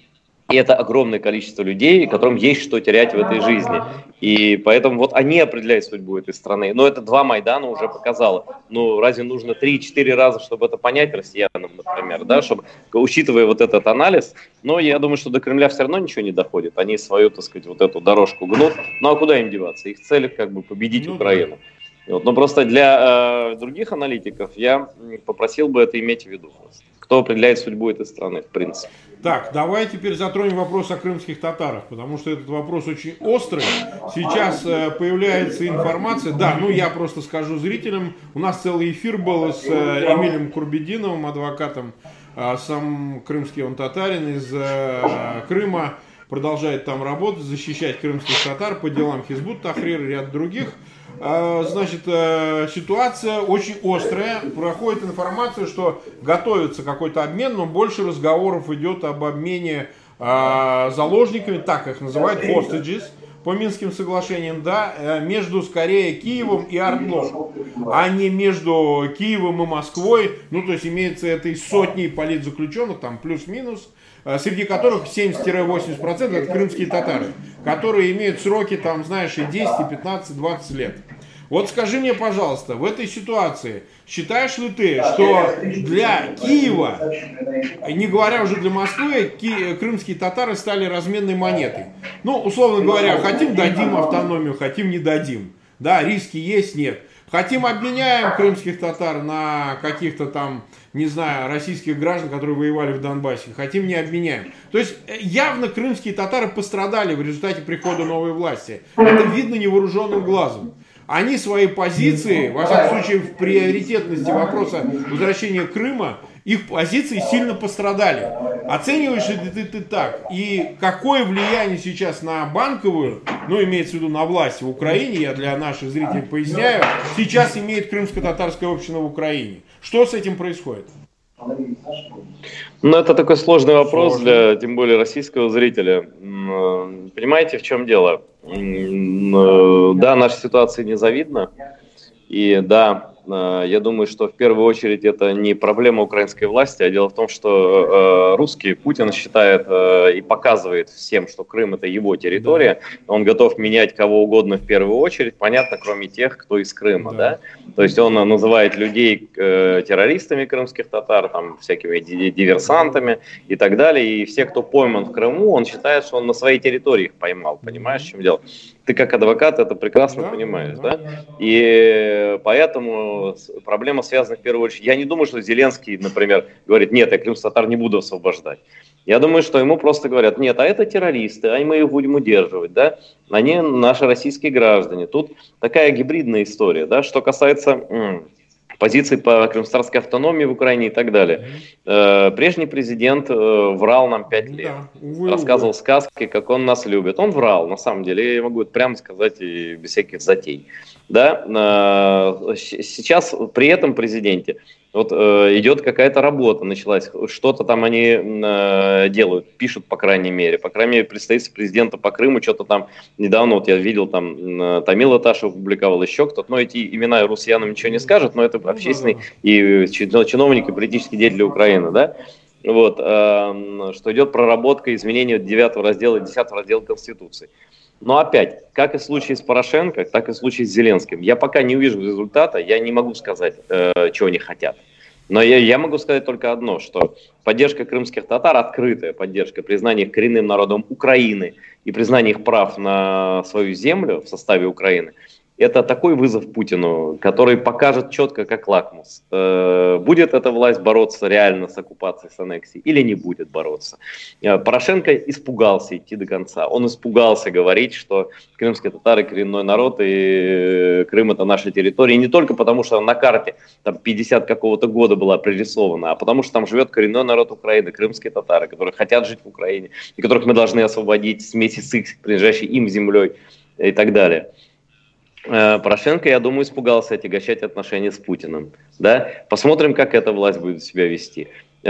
[SPEAKER 2] И это огромное количество людей, которым есть что терять в этой жизни. И поэтому вот они определяют судьбу этой страны. Но это два Майдана уже показало. Ну, разве нужно три-четыре раза, чтобы это понять россиянам, например, да, чтобы, учитывая вот этот анализ, но я думаю, что до Кремля все равно ничего не доходит. Они свою, так сказать, вот эту дорожку гнут. Ну, а куда им деваться? Их цель как бы победить ну, Украину. Вот. Но просто для э, других аналитиков я попросил бы это иметь в виду. Кто определяет судьбу этой страны, в принципе.
[SPEAKER 1] Так, давай теперь затронем вопрос о крымских татарах, потому что этот вопрос очень острый. Сейчас э, появляется информация, да, ну я просто скажу зрителям, у нас целый эфир был с э, Эмилем Курбединовым, адвокатом, э, сам крымский он татарин из э, Крыма, продолжает там работать, защищать крымских татар по делам Хизбут Тахрир и ряд других. Значит, ситуация очень острая. Проходит информация, что готовится какой-то обмен, но больше разговоров идет об обмене заложниками, так их называют, hostages, по Минским соглашениям, да, между скорее Киевом и Ордлом, а не между Киевом и Москвой. Ну, то есть имеется этой сотней политзаключенных, там плюс-минус, среди которых семьдесят-восемьдесят процентов это крымские татары, которые имеют сроки, там, знаешь, и десять, и пятнадцать, двадцать лет. Вот скажи мне, пожалуйста, в этой ситуации считаешь ли ты, что для Киева, не говоря уже для Москвы, ки- крымские татары стали разменной монетой? Ну, условно говоря, хотим дадим автономию, хотим не дадим. Да, риски есть, нет. Хотим обменяем крымских татар на каких-то там, не знаю, российских граждан, которые воевали в Донбассе. Хотим, не обменяем. То есть явно крымские татары пострадали в результате прихода новой власти. Это видно невооруженным глазом. Они свои позиции, во всяком случае в приоритетности вопроса возвращения Крыма, их позиции сильно пострадали. Оцениваешь ли ты, ты так? И какое влияние сейчас на банковую, ну имеется в виду на власть в Украине, я для наших зрителей поясняю, сейчас имеет крымско-татарское общество в Украине? Что с этим происходит?
[SPEAKER 2] Ну, это такой сложный вопрос Сложный. для, тем более, российского зрителя. Понимаете, в чем дело? Да, наша ситуация незавидна. И да, я думаю, что в первую очередь это не проблема украинской власти, а дело в том, что русский Путин считает и показывает всем, что Крым это его территория. Он готов менять кого угодно в первую очередь, понятно, кроме тех, кто из Крыма. Да. Да? То есть он называет людей террористами крымских татар, там, всякими диверсантами и так далее. И все, кто пойман в Крыму, он считает, что он на своей территории их поймал. Понимаешь, в чем дело? Ты как адвокат это прекрасно да, понимаешь, да. да? И поэтому проблема связана в первую очередь. Я не думаю, что Зеленский, например, говорит, нет, я крымских татар не буду освобождать. Я думаю, что ему просто говорят, нет, а это террористы, а мы их будем удерживать, да? Они наши российские граждане. Тут такая гибридная история, да? Что касается м- позиций по крымстатарской автономии в Украине и так далее. Э, прежний президент э, врал нам пять лет, да, рассказывал сказки, как он нас любит. Он врал, на самом деле, я могу это прямо сказать и без всяких затей. Да? Э, сейчас при этом президенте вот э, идет какая-то работа, началась, что-то там они э, делают, пишут, по крайней мере. По крайней мере, представитель президента по Крыму, что-то там недавно, вот я видел, там э, Тамила Ташева публиковал, еще кто-то, но эти имена россиянам ничего не скажут, но это общественный и чиновник, и политический деятель Украины, да? Вот, э, что идет проработка изменения девятого раздела и десятого раздела Конституции. Но опять, как и в случае с Порошенко, так и в случае с Зеленским, я пока не увижу результата, я не могу сказать, э, чего они хотят. Но я, я могу сказать только одно, что поддержка крымских татар, открытая поддержка, признание их коренным народом Украины и признание их прав на свою землю в составе Украины, это такой вызов Путину, который покажет четко, как лакмус, э, будет эта власть бороться реально с оккупацией, с аннексией или не будет бороться. Э, Порошенко испугался идти до конца. Он испугался говорить, что крымские татары коренной народ и Крым это наша территория. И не только потому, что на карте там пятьдесят какого-то года была пририсована, а потому что там живет коренной народ Украины, крымские татары, которые хотят жить в Украине, и которых мы должны освободить вместе с их принадлежащей им землей и так далее. Порошенко, я думаю, испугался отягощать отношения с Путиным. Да? Посмотрим, как эта власть будет себя вести.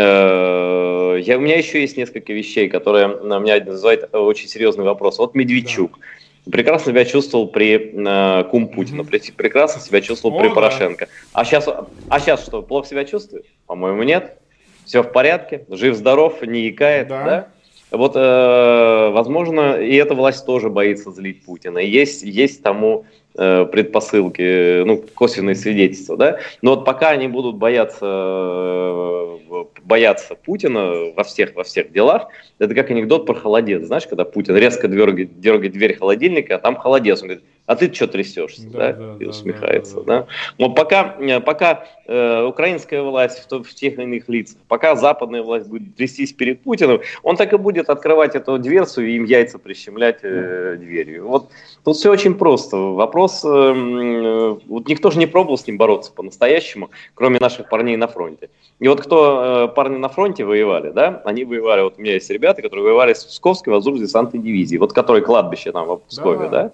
[SPEAKER 2] Я, у меня еще есть несколько вещей, которые на меня вызывают очень серьезный вопрос. Вот Медведчук. Да. Прекрасно себя чувствовал при э, кум Путина, mm-hmm. прекрасно себя чувствовал О, при да. Порошенко. А сейчас, а сейчас что, плохо себя чувствует? По-моему, нет. Все в порядке, жив-здоров, не икает. Да. Да? Вот, э, возможно, и эта власть тоже боится злить Путина. Есть, есть тому э, предпосылки, ну, косвенные свидетельства, да. Но вот пока они будут бояться, э, бояться Путина во всех, во всех делах, это как анекдот про холодец. Знаешь, когда Путин резко дергает, дергает дверь холодильника, а там холодец. Он говорит, а ты что трясешься, да, да? да и усмехается, да. да, да. да? Но пока, пока э, украинская власть в, в тех или иных лицах, пока западная власть будет трястись перед Путиным, он так и будет открывать эту дверцу и им яйца прищемлять э, дверью. Вот тут все очень просто. Вопрос, э, э, вот никто же не пробовал с ним бороться по-настоящему, кроме наших парней на фронте. И вот кто э, парни на фронте воевали, да, они воевали, вот у меня есть ребята, которые воевали с Псковской воздушно-десантной дивизии, вот которые кладбище там в Пскове, да, да?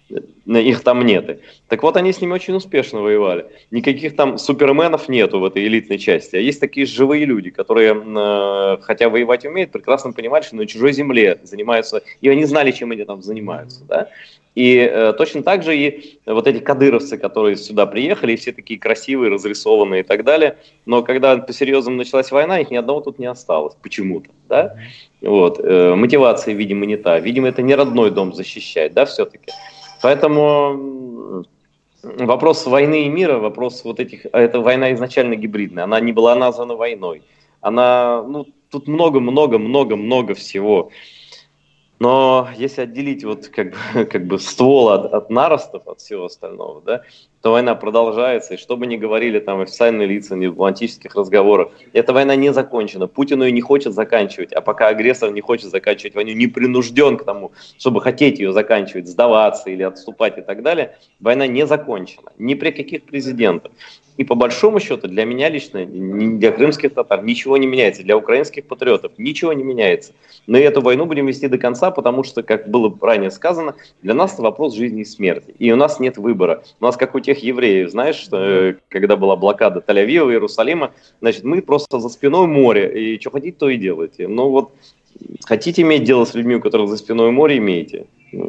[SPEAKER 2] Их там нет. Так вот, они с ними очень успешно воевали. Никаких там суперменов нету в этой элитной части. А есть такие живые люди, которые, э, хотя воевать умеют, прекрасно понимают, что на чужой земле занимаются, и они знали, чем они там занимаются. Да? И э, точно так же и вот эти кадыровцы, которые сюда приехали, и все такие красивые, разрисованные и так далее. Но когда по-серьезному началась война, их ни одного тут не осталось почему-то. Да? Вот. Э, мотивация, видимо, не та. Видимо, это не родной дом защищать, да, все-таки. Поэтому вопрос войны и мира, вопрос вот этих, эта война изначально гибридная, она не была названа войной, она, ну, тут много-много-много-много всего. Но если отделить вот как бы, как бы ствол от, от наростов, от всего остального, да, то война продолжается, и что бы ни говорили там официальные лица в дипломатических разговорах, эта война не закончена, Путин ее не хочет заканчивать, а пока агрессор не хочет заканчивать войну, не принужден к тому, чтобы хотеть ее заканчивать, сдаваться или отступать и так далее, война не закончена, ни при каких президентах. И по большому счету для меня лично, для крымских татар ничего не меняется, для украинских патриотов ничего не меняется. Но эту войну будем вести до конца, потому что, как было ранее сказано, для нас это вопрос жизни и смерти. И у нас нет выбора. У нас, как у тех евреев, знаешь, что, когда была блокада Тель-Авива, Иерусалима, значит, мы просто за спиной море, и что хотите, то и делайте. Ну вот, хотите иметь дело с людьми, у которых за спиной море, имеете.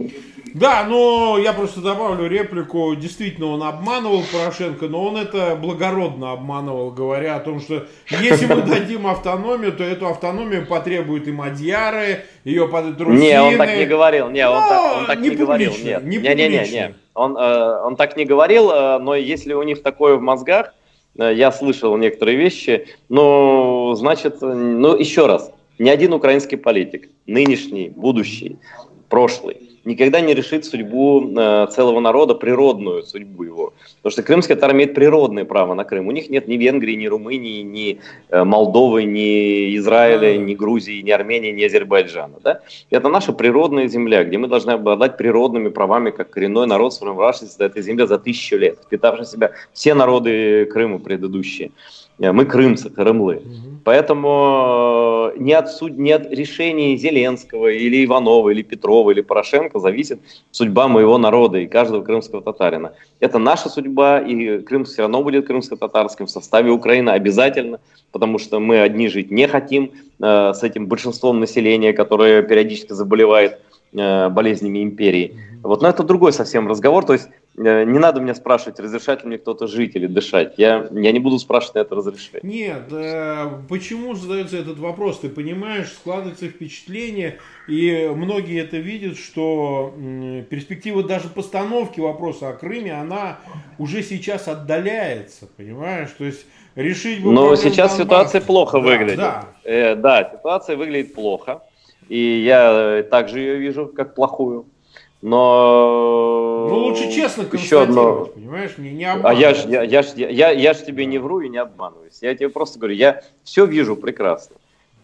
[SPEAKER 1] Да, но я просто добавлю реплику. Действительно, он обманывал Порошенко, но он это благородно обманывал, говоря о том, что если мы дадим автономию, то эту автономию потребуют и мадьяры, ее потребуют русины.
[SPEAKER 2] Не, он так не говорил. Не, он, так, он так не, не говорил. Нет. Не, не, не, не, не. Он, э, он так не говорил, э, но если у них такое в мозгах, э, я слышал некоторые вещи, ну, значит, ну, еще раз, ни один украинский политик, нынешний, будущий, прошлый, никогда не решит судьбу э, целого народа, природную судьбу его. Потому что крымские татары имеют природное право на Крым. У них нет ни Венгрии, ни Румынии, ни э, Молдовы, ни Израиля, ни Грузии, ни Армении, ни Азербайджана. Да? Это наша природная земля, где мы должны обладать природными правами, как коренной народ, сформировавшийся на этой земле за тысячу лет, впитавший в себя все народы Крыма предыдущие. Мы крымцы, крымлы. Угу. Поэтому не от, суд... не от решений Зеленского, или Иванова, или Петрова, или Порошенко зависит судьба моего народа и каждого крымского татарина. Это наша судьба, и Крым все равно будет крымско-татарским в составе Украины обязательно, потому что мы одни жить не хотим э, с этим большинством населения, которое периодически заболевает э, болезнями империи. Вот, но это другой совсем разговор. То есть не надо меня спрашивать, разрешает ли мне кто-то жить или дышать. Я, я не буду спрашивать на это разрешение.
[SPEAKER 1] Нет, э, почему задается этот вопрос? Ты понимаешь, складывается впечатление, и многие это видят, что э, перспектива даже постановки вопроса о Крыме, она уже сейчас отдаляется, понимаешь? То есть решить бы
[SPEAKER 2] Но сейчас Донбасса... ситуация плохо
[SPEAKER 1] да,
[SPEAKER 2] выглядит.
[SPEAKER 1] Да.
[SPEAKER 2] Э, да, ситуация выглядит плохо. И я также ее вижу как плохую. Но...
[SPEAKER 1] Ну, лучше честно констатировать, одно... понимаешь, не, не обманывать.
[SPEAKER 2] А я ж, я, я, ж, я, я ж тебе не вру и не обманываюсь. Я тебе просто говорю, я все вижу прекрасно.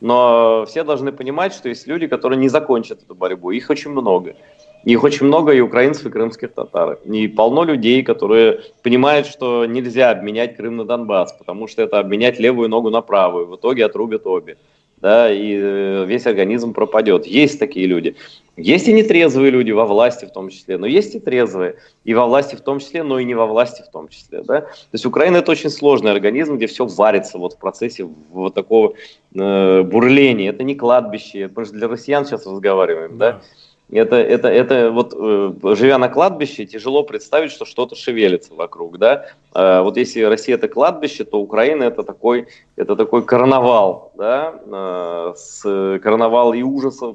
[SPEAKER 2] Но все должны понимать, что есть люди, которые не закончат эту борьбу. Их очень много. Их очень много и украинцев, и крымских татар. И полно людей, которые понимают, что нельзя обменять Крым на Донбасс, потому что это обменять левую ногу на правую. В итоге отрубят обе. Да, и весь организм пропадет. Есть такие люди. Есть и нетрезвые люди во власти в том числе, но есть и трезвые. И во власти в том числе, но и не во власти в том числе. Да? То есть Украина — это очень сложный организм, где все варится вот в процессе вот такого э, бурления. Это не кладбище. Мы же для россиян сейчас разговариваем. Да. Да? Это, это, это вот, э, живя на кладбище, тяжело представить, что что-то шевелится вокруг, да. Э, вот если Россия — это кладбище, то Украина — это такой, это такой карнавал, да, э, с карнавал и ужасов,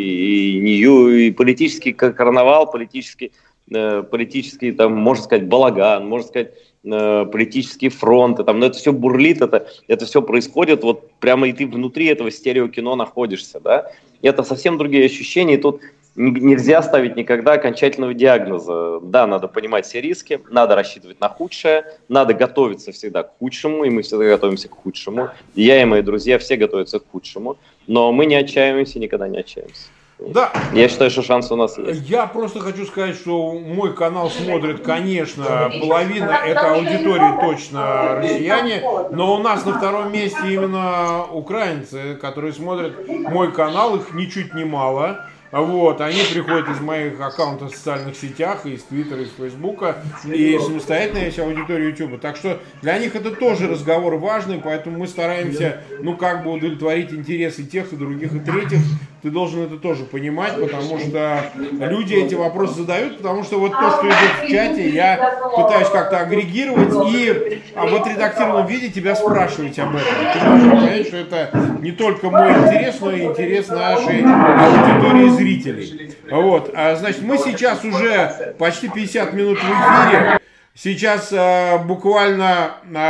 [SPEAKER 2] и, и, и политический карнавал, политический, э, политический, там, можно сказать, балаган, можно сказать, э, политические фронты, там, но это все бурлит, это, это все происходит, вот прямо и ты внутри этого стереокино находишься, да. Это совсем другие ощущения, и тут нельзя ставить никогда окончательного диагноза. Да, надо понимать все риски, надо рассчитывать на худшее, надо готовиться всегда к худшему, и мы всегда готовимся к худшему. И я и мои друзья все готовятся к худшему, но мы не отчаиваемся, никогда не отчаиваемся.
[SPEAKER 1] Да.
[SPEAKER 2] Я считаю, что шанс у нас есть.
[SPEAKER 1] Я просто хочу сказать, что мой канал смотрит, конечно, половина это аудитории точно россияне, но у нас на втором месте именно украинцы, которые смотрят мой канал, их ничуть не мало. Вот, они приходят из моих аккаунтов в социальных сетях, из Твиттера, из Фейсбука, и самостоятельно есть аудитория Ютуба. Так что для них это тоже разговор важный, поэтому мы стараемся, ну, как бы удовлетворить интересы тех и других и третьих. Ты должен это тоже понимать, потому что люди эти вопросы задают, потому что вот то, что идет в чате, я пытаюсь как-то агрегировать и в отредактированном виде тебя спрашивать об этом. Ты должен понять, что это не только мой интерес, но и интерес нашей аудитории зрителей. Вот, а, значит, мы сейчас уже почти пятьдесят минут в эфире. Сейчас э, буквально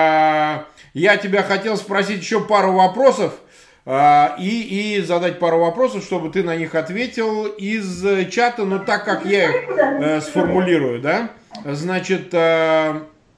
[SPEAKER 1] э, я тебя хотел спросить еще пару вопросов. И, и задать пару вопросов, чтобы ты на них ответил из чата, но так как я их э, сформулирую, да, значит, э,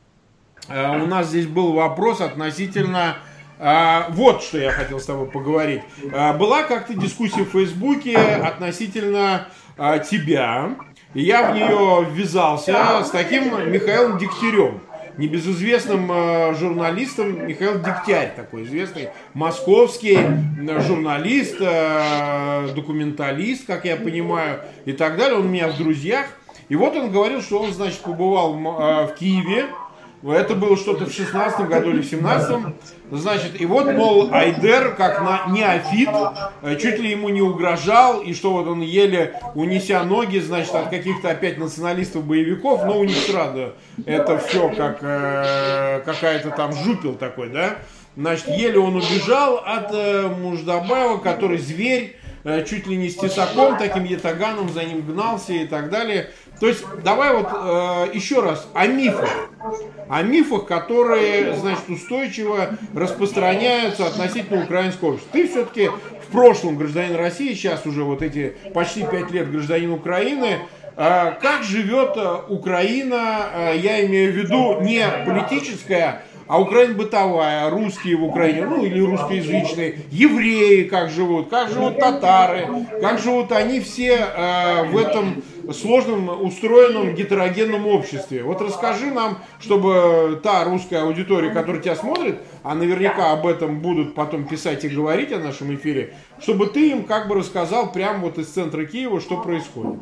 [SPEAKER 1] э, у нас здесь был вопрос относительно, э, вот что я хотел с тобой поговорить. Э, была как-то дискуссия в Фейсбуке относительно э, тебя, и я в нее ввязался с таким Михаилом Дегтярем. Небезызвестным э, журналистом Михаил Дегтярь, такой известный московский журналист, э, документалист, как я понимаю, и так далее. Он у меня в друзьях. И вот он говорил, что он, значит, побывал в, э, в Киеве. Это было что-то в шестнадцатом году или в семнадцатом. Значит, и вот, мол, Айдер, как на неофит, чуть ли ему не угрожал, и что вот он еле унеся ноги, значит, от каких-то опять националистов-боевиков, но у них сразу это все как э, какая-то там жупел такой, да? Значит, еле он убежал от э, Муждабаева, который зверь, э, чуть ли не с тесаком, таким ятаганом за ним гнался и так далее. То есть, давай вот э, еще раз о мифах. О мифах, которые, значит, устойчиво распространяются относительно украинского общества. Ты все-таки в прошлом гражданин России, сейчас уже вот эти почти пять лет гражданин Украины. Э, как живет Украина, э, я имею в виду не политическая, а Украина бытовая, русские в Украине, ну или русскоязычные, евреи как живут, как живут татары, как живут они все э, в этом сложном, устроенном, гетерогенном обществе. Вот расскажи нам, чтобы та русская аудитория, которая тебя смотрит, а наверняка об этом будут потом писать и говорить о нашем эфире, чтобы ты им как бы рассказал прямо вот из центра Киева, что происходит.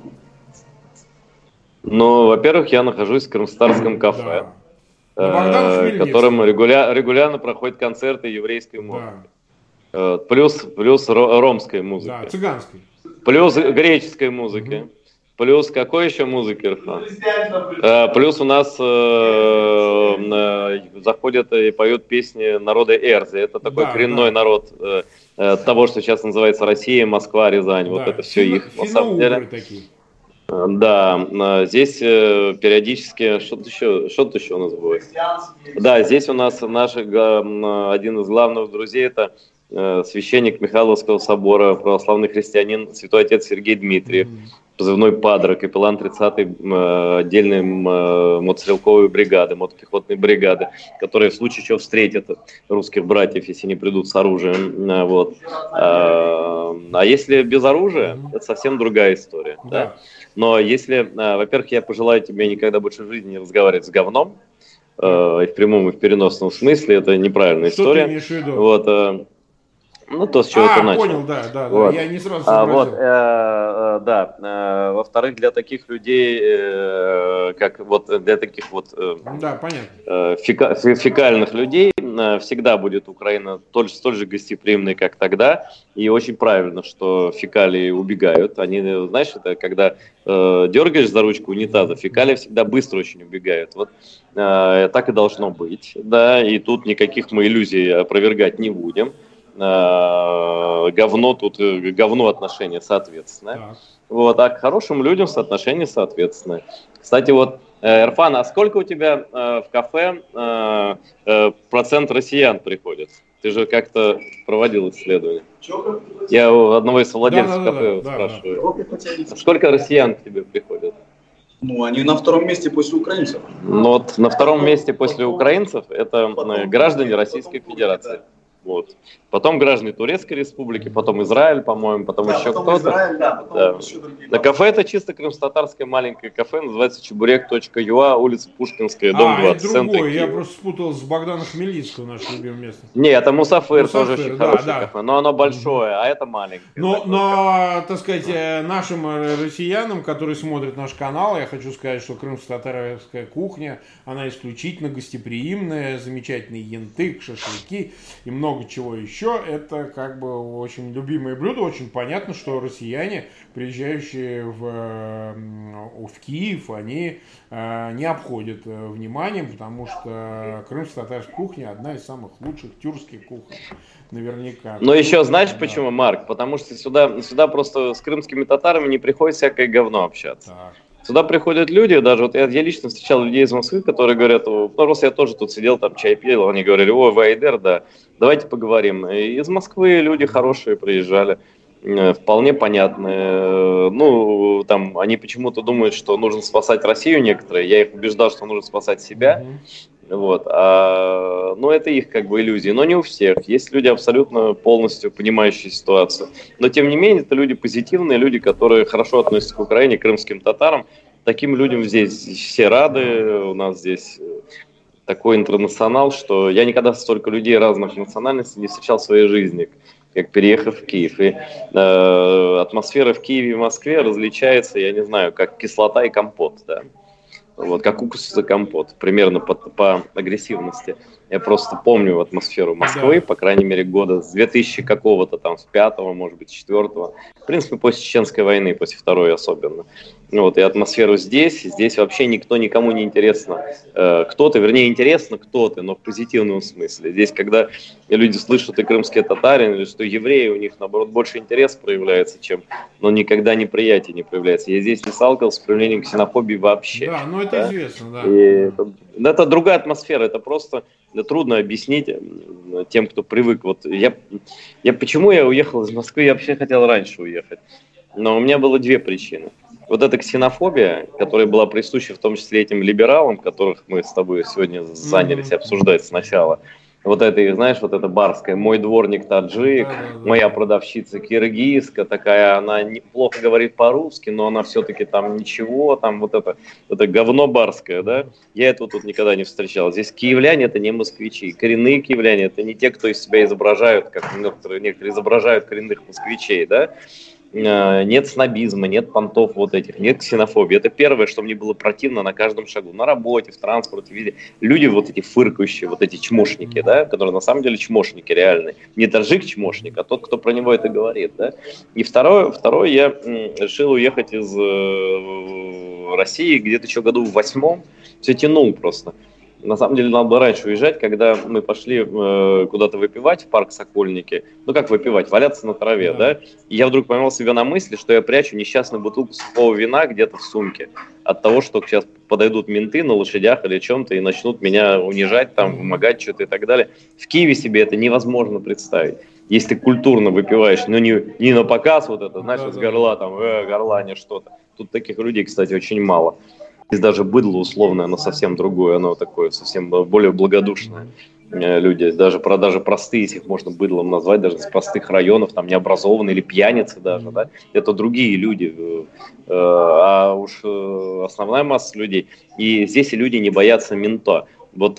[SPEAKER 2] Ну, во-первых, я нахожусь в Крымстарском кафе. Да. Которым регуля, регулярно проходят концерты еврейской музыки. Да. Плюс, плюс ромской музыки.
[SPEAKER 1] Да, цыганской.
[SPEAKER 2] Плюс греческой музыки. Угу. Плюс какой еще музыки, Ирфан? А, плюс у нас э, э, заходят и поют песни народа Эрзи. Это такой да, коренной да. народ э, э, того, что сейчас называется Россия, Москва, Рязань. Да. Вот это все Фино, их, на самом деле. Такие. Да, здесь периодически что-то еще, что-то еще у нас будет. Да, здесь у нас наш один из главных друзей, это священник Михайловского собора, православный христианин, святой отец Сергей Дмитриев, позывной Падре, капеллан тридцатой отдельной мотострелковой бригады, мотопехотной бригады, которые в случае чего встретят русских братьев, если не придут с оружием. Вот. А если без оружия, это совсем другая история. Да. Да? Но если, во-первых, я пожелаю тебе никогда больше в жизни не разговаривать с говном, и в прямом, и в переносном смысле, это неправильная что история. Ты имеешь в виду? Вот, ну, то, с чего а, ты начал.
[SPEAKER 1] Понял, да, да, вот. да, я не сразу сообразил.
[SPEAKER 2] А, вот, э, э, да, э, во-вторых, для таких людей, э, как вот для таких вот э,
[SPEAKER 1] да, понятно.
[SPEAKER 2] Э, фека, фекальных людей э, всегда будет Украина столь, столь же гостеприимной, как тогда, и очень правильно, что фекалии убегают. Они, знаешь, это когда э, дергаешь за ручку унитаза, фекалии всегда быстро очень убегают. Вот э, так и должно быть, да, и тут никаких мы иллюзий опровергать не будем. Говно тут, говно отношения соответственно. Да. Вот, а к хорошим людям соотношения соответственно. Кстати, вот, Ирфан, а сколько у тебя э, в кафе э, э, процент россиян приходит? Ты же как-то проводил исследование. Я у одного из владельцев да, да, кафе да, спрашиваю. Да, да. Сколько россиян к тебе приходят?
[SPEAKER 3] Ну, они на втором месте после украинцев.
[SPEAKER 2] Ну, вот на втором месте после украинцев это потом граждане Российской Федерации. Вот. Потом граждане Турецкой Республики, потом Израиль, по-моему, потом да, еще кто-то. Израиль, да, потом да. Еще другие. На кафе это чисто крымско-татарское маленькое кафе, называется чебурек точка ю а, улица Пушкинская, дом
[SPEAKER 1] а,
[SPEAKER 2] двадцать.
[SPEAKER 1] А, это другое, я просто спутал с Богданом Хмельницкого, наше любимое место.
[SPEAKER 2] Не, это Мусафир, Мусафир тоже очень да, хорошее да. кафе, но оно большое, mm-hmm. а это маленькое.
[SPEAKER 1] Но, но так сказать, нашим россиянам, которые смотрят наш канал, я хочу сказать, что крымско-татарская кухня, она исключительно гостеприимная, замечательный янтык, шашлыки и много чего еще. Это как бы очень любимое блюдо. Очень понятно, что россияне, приезжающие в, в Киев, они э, не обходят вниманием, потому что крымско-татарская кухня одна из самых лучших тюркских кухонь. Наверняка.
[SPEAKER 2] Но еще знаешь да. почему, Марк? Потому что сюда, сюда просто с крымскими татарами не приходит всякое говно общаться. Так. Сюда приходят люди, даже вот я, я лично встречал людей из Москвы, которые говорят, ну, просто я тоже тут сидел, там чай пил, они говорили, ой, вы Айдер, да, давайте поговорим. И из Москвы люди хорошие приезжали, вполне понятные. Ну, там, они почему-то думают, что нужно спасать Россию некоторые, я их убеждал, что нужно спасать себя. Mm-hmm. Вот. А, ну, это их как бы иллюзии, но не у всех. Есть люди абсолютно полностью понимающие ситуацию. Но, тем не менее, это люди позитивные, люди, которые хорошо относятся к Украине, к крымским татарам. Таким людям здесь все рады. У нас здесь такой интернационал, что я никогда столько людей разных национальностей не встречал в своей жизни, как переехав в Киев. И э, атмосфера в Киеве и Москве различается, я не знаю, как кислота и компот, да. Вот, как уксус и компот, примерно по, по агрессивности. Я просто помню атмосферу Москвы, по крайней мере, года с две тысячи какого-то там, с пятого, может быть, с четвертого. В принципе, после Чеченской войны, после второй особенно. Вот, и атмосферу здесь, здесь вообще никто, никому не интересно, э, кто ты, вернее, интересно, кто ты, но в позитивном смысле. Здесь, когда люди слышат, что ты крымский татарин, или что евреи, у них, наоборот, больше интерес проявляется, чем, но никогда неприятие не проявляется. Я здесь не сталкивался с проявлением ксенофобии вообще.
[SPEAKER 1] Да, ну это да? известно, да.
[SPEAKER 2] И это, это другая атмосфера, это просто трудно объяснить тем, кто привык. Вот я, я, почему я уехал из Москвы, я вообще хотел раньше уехать, но у меня было две причины. Вот эта ксенофобия, которая была присуща в том числе этим либералам, которых мы с тобой сегодня занялись mm-hmm. обсуждать сначала. Вот это, знаешь, вот это барское, мой дворник таджик, mm-hmm. моя продавщица киргизка, такая, она неплохо говорит по-русски, но она все-таки там ничего, там вот это, это говно барское, да. Я этого тут никогда не встречал. Здесь киевляне это не москвичи, коренные киевляне это не те, кто из себя изображают, как некоторые, некоторые изображают коренных москвичей, да. нет снобизма, нет понтов вот этих, нет ксенофобии. Это первое, что мне было противно на каждом шагу. На работе, в транспорте, везде. Люди вот эти фыркающие, вот эти чмошники, да, которые на самом деле чмошники реальные. Не таджик-чмошник, а тот, кто про него это говорит, да. И второе, второе я решил уехать из России где-то еще году в восьмом. Все тянул просто. На самом деле надо было раньше уезжать, когда мы пошли э, куда-то выпивать в парк Сокольники. Ну как выпивать? Валяться на траве, да? И я вдруг поймал себя на мысли, что я прячу несчастную бутылку сухого вина где-то в сумке. От того, что сейчас подойдут менты на лошадях или чем-то и начнут меня унижать, там, вымогать что-то и так далее. В Киеве себе это невозможно представить. Если ты культурно выпиваешь, но не, не на показ вот это, знаешь, с горла, там, э, горлане что-то. Тут таких людей, кстати, очень мало. Здесь даже быдло условное, оно совсем другое, оно такое совсем более благодушное. Люди, даже, про, даже простые, если их можно быдлом назвать, даже из простых районов, там необразованные или пьяницы даже, да, это другие люди, а уж основная масса людей. И здесь и люди не боятся мента. Вот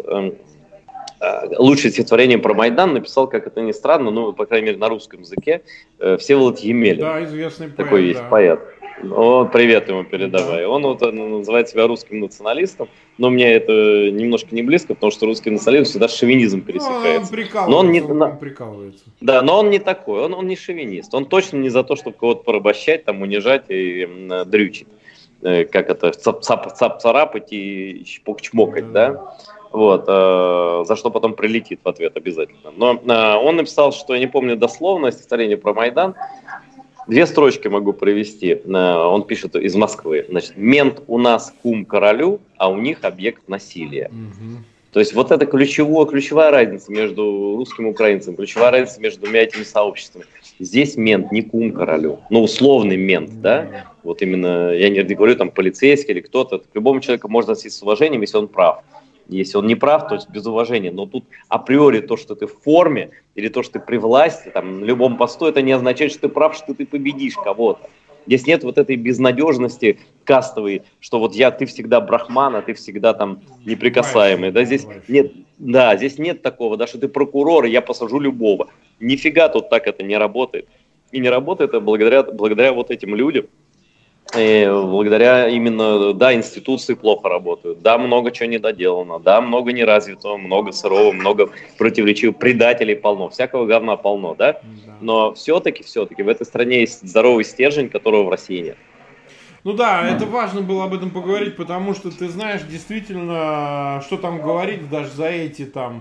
[SPEAKER 2] лучшее стихотворение про Майдан написал, как это ни странно, ну, по крайней мере, на русском языке, Всеволод Емелин.
[SPEAKER 1] Да, известный поэт.
[SPEAKER 2] Такой есть
[SPEAKER 1] да.
[SPEAKER 2] поэт. О, привет ему передавай. Он вот называет себя русским националистом, но мне это немножко не близко, потому что русский национализм всегда с шовинизмом пересекается.
[SPEAKER 1] Ну, он
[SPEAKER 2] но он не
[SPEAKER 1] он прикалывается.
[SPEAKER 2] Да, но он не такой, он, он не шовинист. Он точно не за то, чтобы кого-то порабощать, там, унижать и м, дрючить. Э, как это, цап-цап-царапать и чпок-чмокать, да? да? Вот, э, за что потом прилетит в ответ обязательно. Но э, он написал, что, я не помню дословно, стихотворение про Майдан. Две строчки могу привести. Он пишет из Москвы. Значит, мент у нас кум королю, а у них объект насилия. Угу. То есть вот это ключевая, ключевая разница между русским и украинцем, ключевая разница между двумя этими сообществами. Здесь мент не кум королю, ну условный мент, да? Вот именно, я не говорю там полицейский или кто-то. К любому человеку можно относиться с уважением, если он прав. Если он не прав, то есть без уважения. Но тут априори то, что ты в форме, или то, что ты при власти, там, на любом посту, это не означает, что ты прав, что ты победишь кого-то. Здесь нет вот этой безнадежности кастовой, что вот я, ты всегда брахман, а ты всегда там неприкасаемый. Да, здесь нет, да, здесь нет такого, да, что ты прокурор, и я посажу любого. Нифига тут так это не работает. И не работает это благодаря, благодаря вот этим людям. И благодаря именно, да, институции плохо работают, да, много чего недоделано, да, много неразвитого, много сырого, много противоречивых, предателей полно, всякого говна полно, да, но все-таки, все-таки в этой стране есть здоровый стержень, которого в России нет.
[SPEAKER 1] Ну да, это важно было об этом поговорить, потому что ты знаешь, действительно, что там говорить, даже за эти там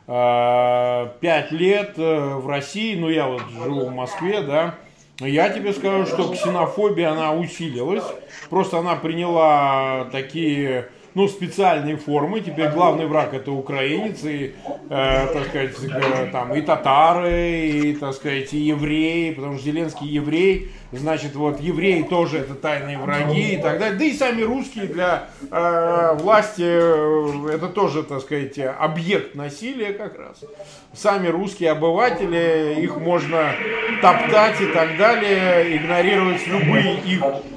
[SPEAKER 1] пять лет в России, ну я вот живу в Москве, да, я тебе скажу, что ксенофобия, она усилилась, просто она приняла такие, ну, специальные формы. Теперь главный враг — это украинец, и, э, так сказать, э, там, и татары, и, так сказать, и евреи, потому что Зеленский еврей, значит, вот, евреи тоже это тайные враги и так далее. Да и сами русские для э, власти, э, это тоже, так сказать, объект насилия как раз. Сами русские обыватели, их можно топтать и так далее, игнорировать любые их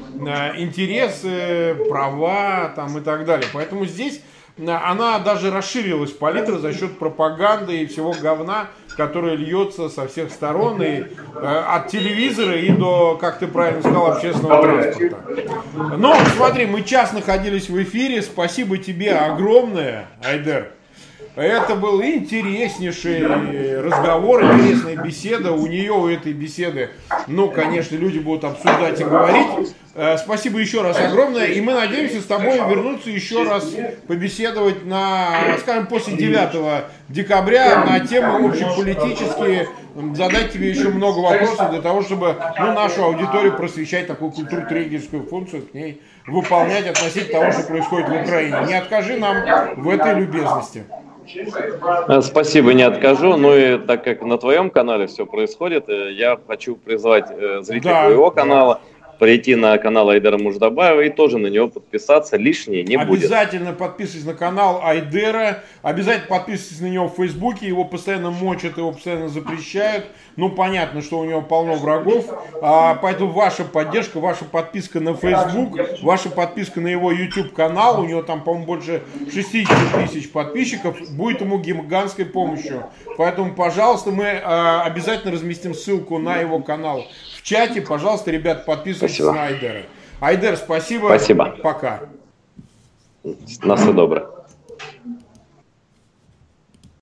[SPEAKER 1] интересы, права там, и так далее. Поэтому здесь она даже расширилась, палитра, за счет пропаганды и всего говна, которое льется со всех сторон, и, э, от телевизора и до, как ты правильно сказал, общественного транспорта. Но смотри, мы час находились в эфире. Спасибо тебе огромное, Айдер. Это был интереснейший разговор, интересная беседа. У нее, у этой беседы, ну, конечно, люди будут обсуждать и говорить. Спасибо еще раз огромное. И мы надеемся с тобой вернуться еще раз побеседовать на, скажем, после девятого декабря на темы общеполитические. Задать тебе еще много вопросов для того, чтобы, ну, нашу аудиторию просвещать, такую культурно-тренерскую функцию к ней выполнять относительно того, что происходит в Украине. Не откажи нам в этой любезности.
[SPEAKER 2] Спасибо, не откажу. Ну и так как на твоем канале все происходит, я хочу призвать зрителей да, твоего канала прийти на канал Айдера Муждабаева и тоже на него подписаться. Лишнее не будет.
[SPEAKER 1] Обязательно подписывайтесь на канал Айдера. Обязательно подписывайтесь на него в Фейсбуке. Его постоянно мочат, его постоянно запрещают. Ну, понятно, что у него полно врагов. А, поэтому ваша поддержка, ваша подписка на Фейсбук, ваша подписка на его YouTube канал, у него там, по-моему, больше шестьдесят тысяч подписчиков, будет ему гигантской помощью. Поэтому, пожалуйста, мы а, обязательно разместим ссылку на его канал в чате. Пожалуйста, ребят, подписывайтесь спасибо. на Айдера. Айдер, спасибо.
[SPEAKER 2] Спасибо.
[SPEAKER 1] Пока.
[SPEAKER 2] На все доброе.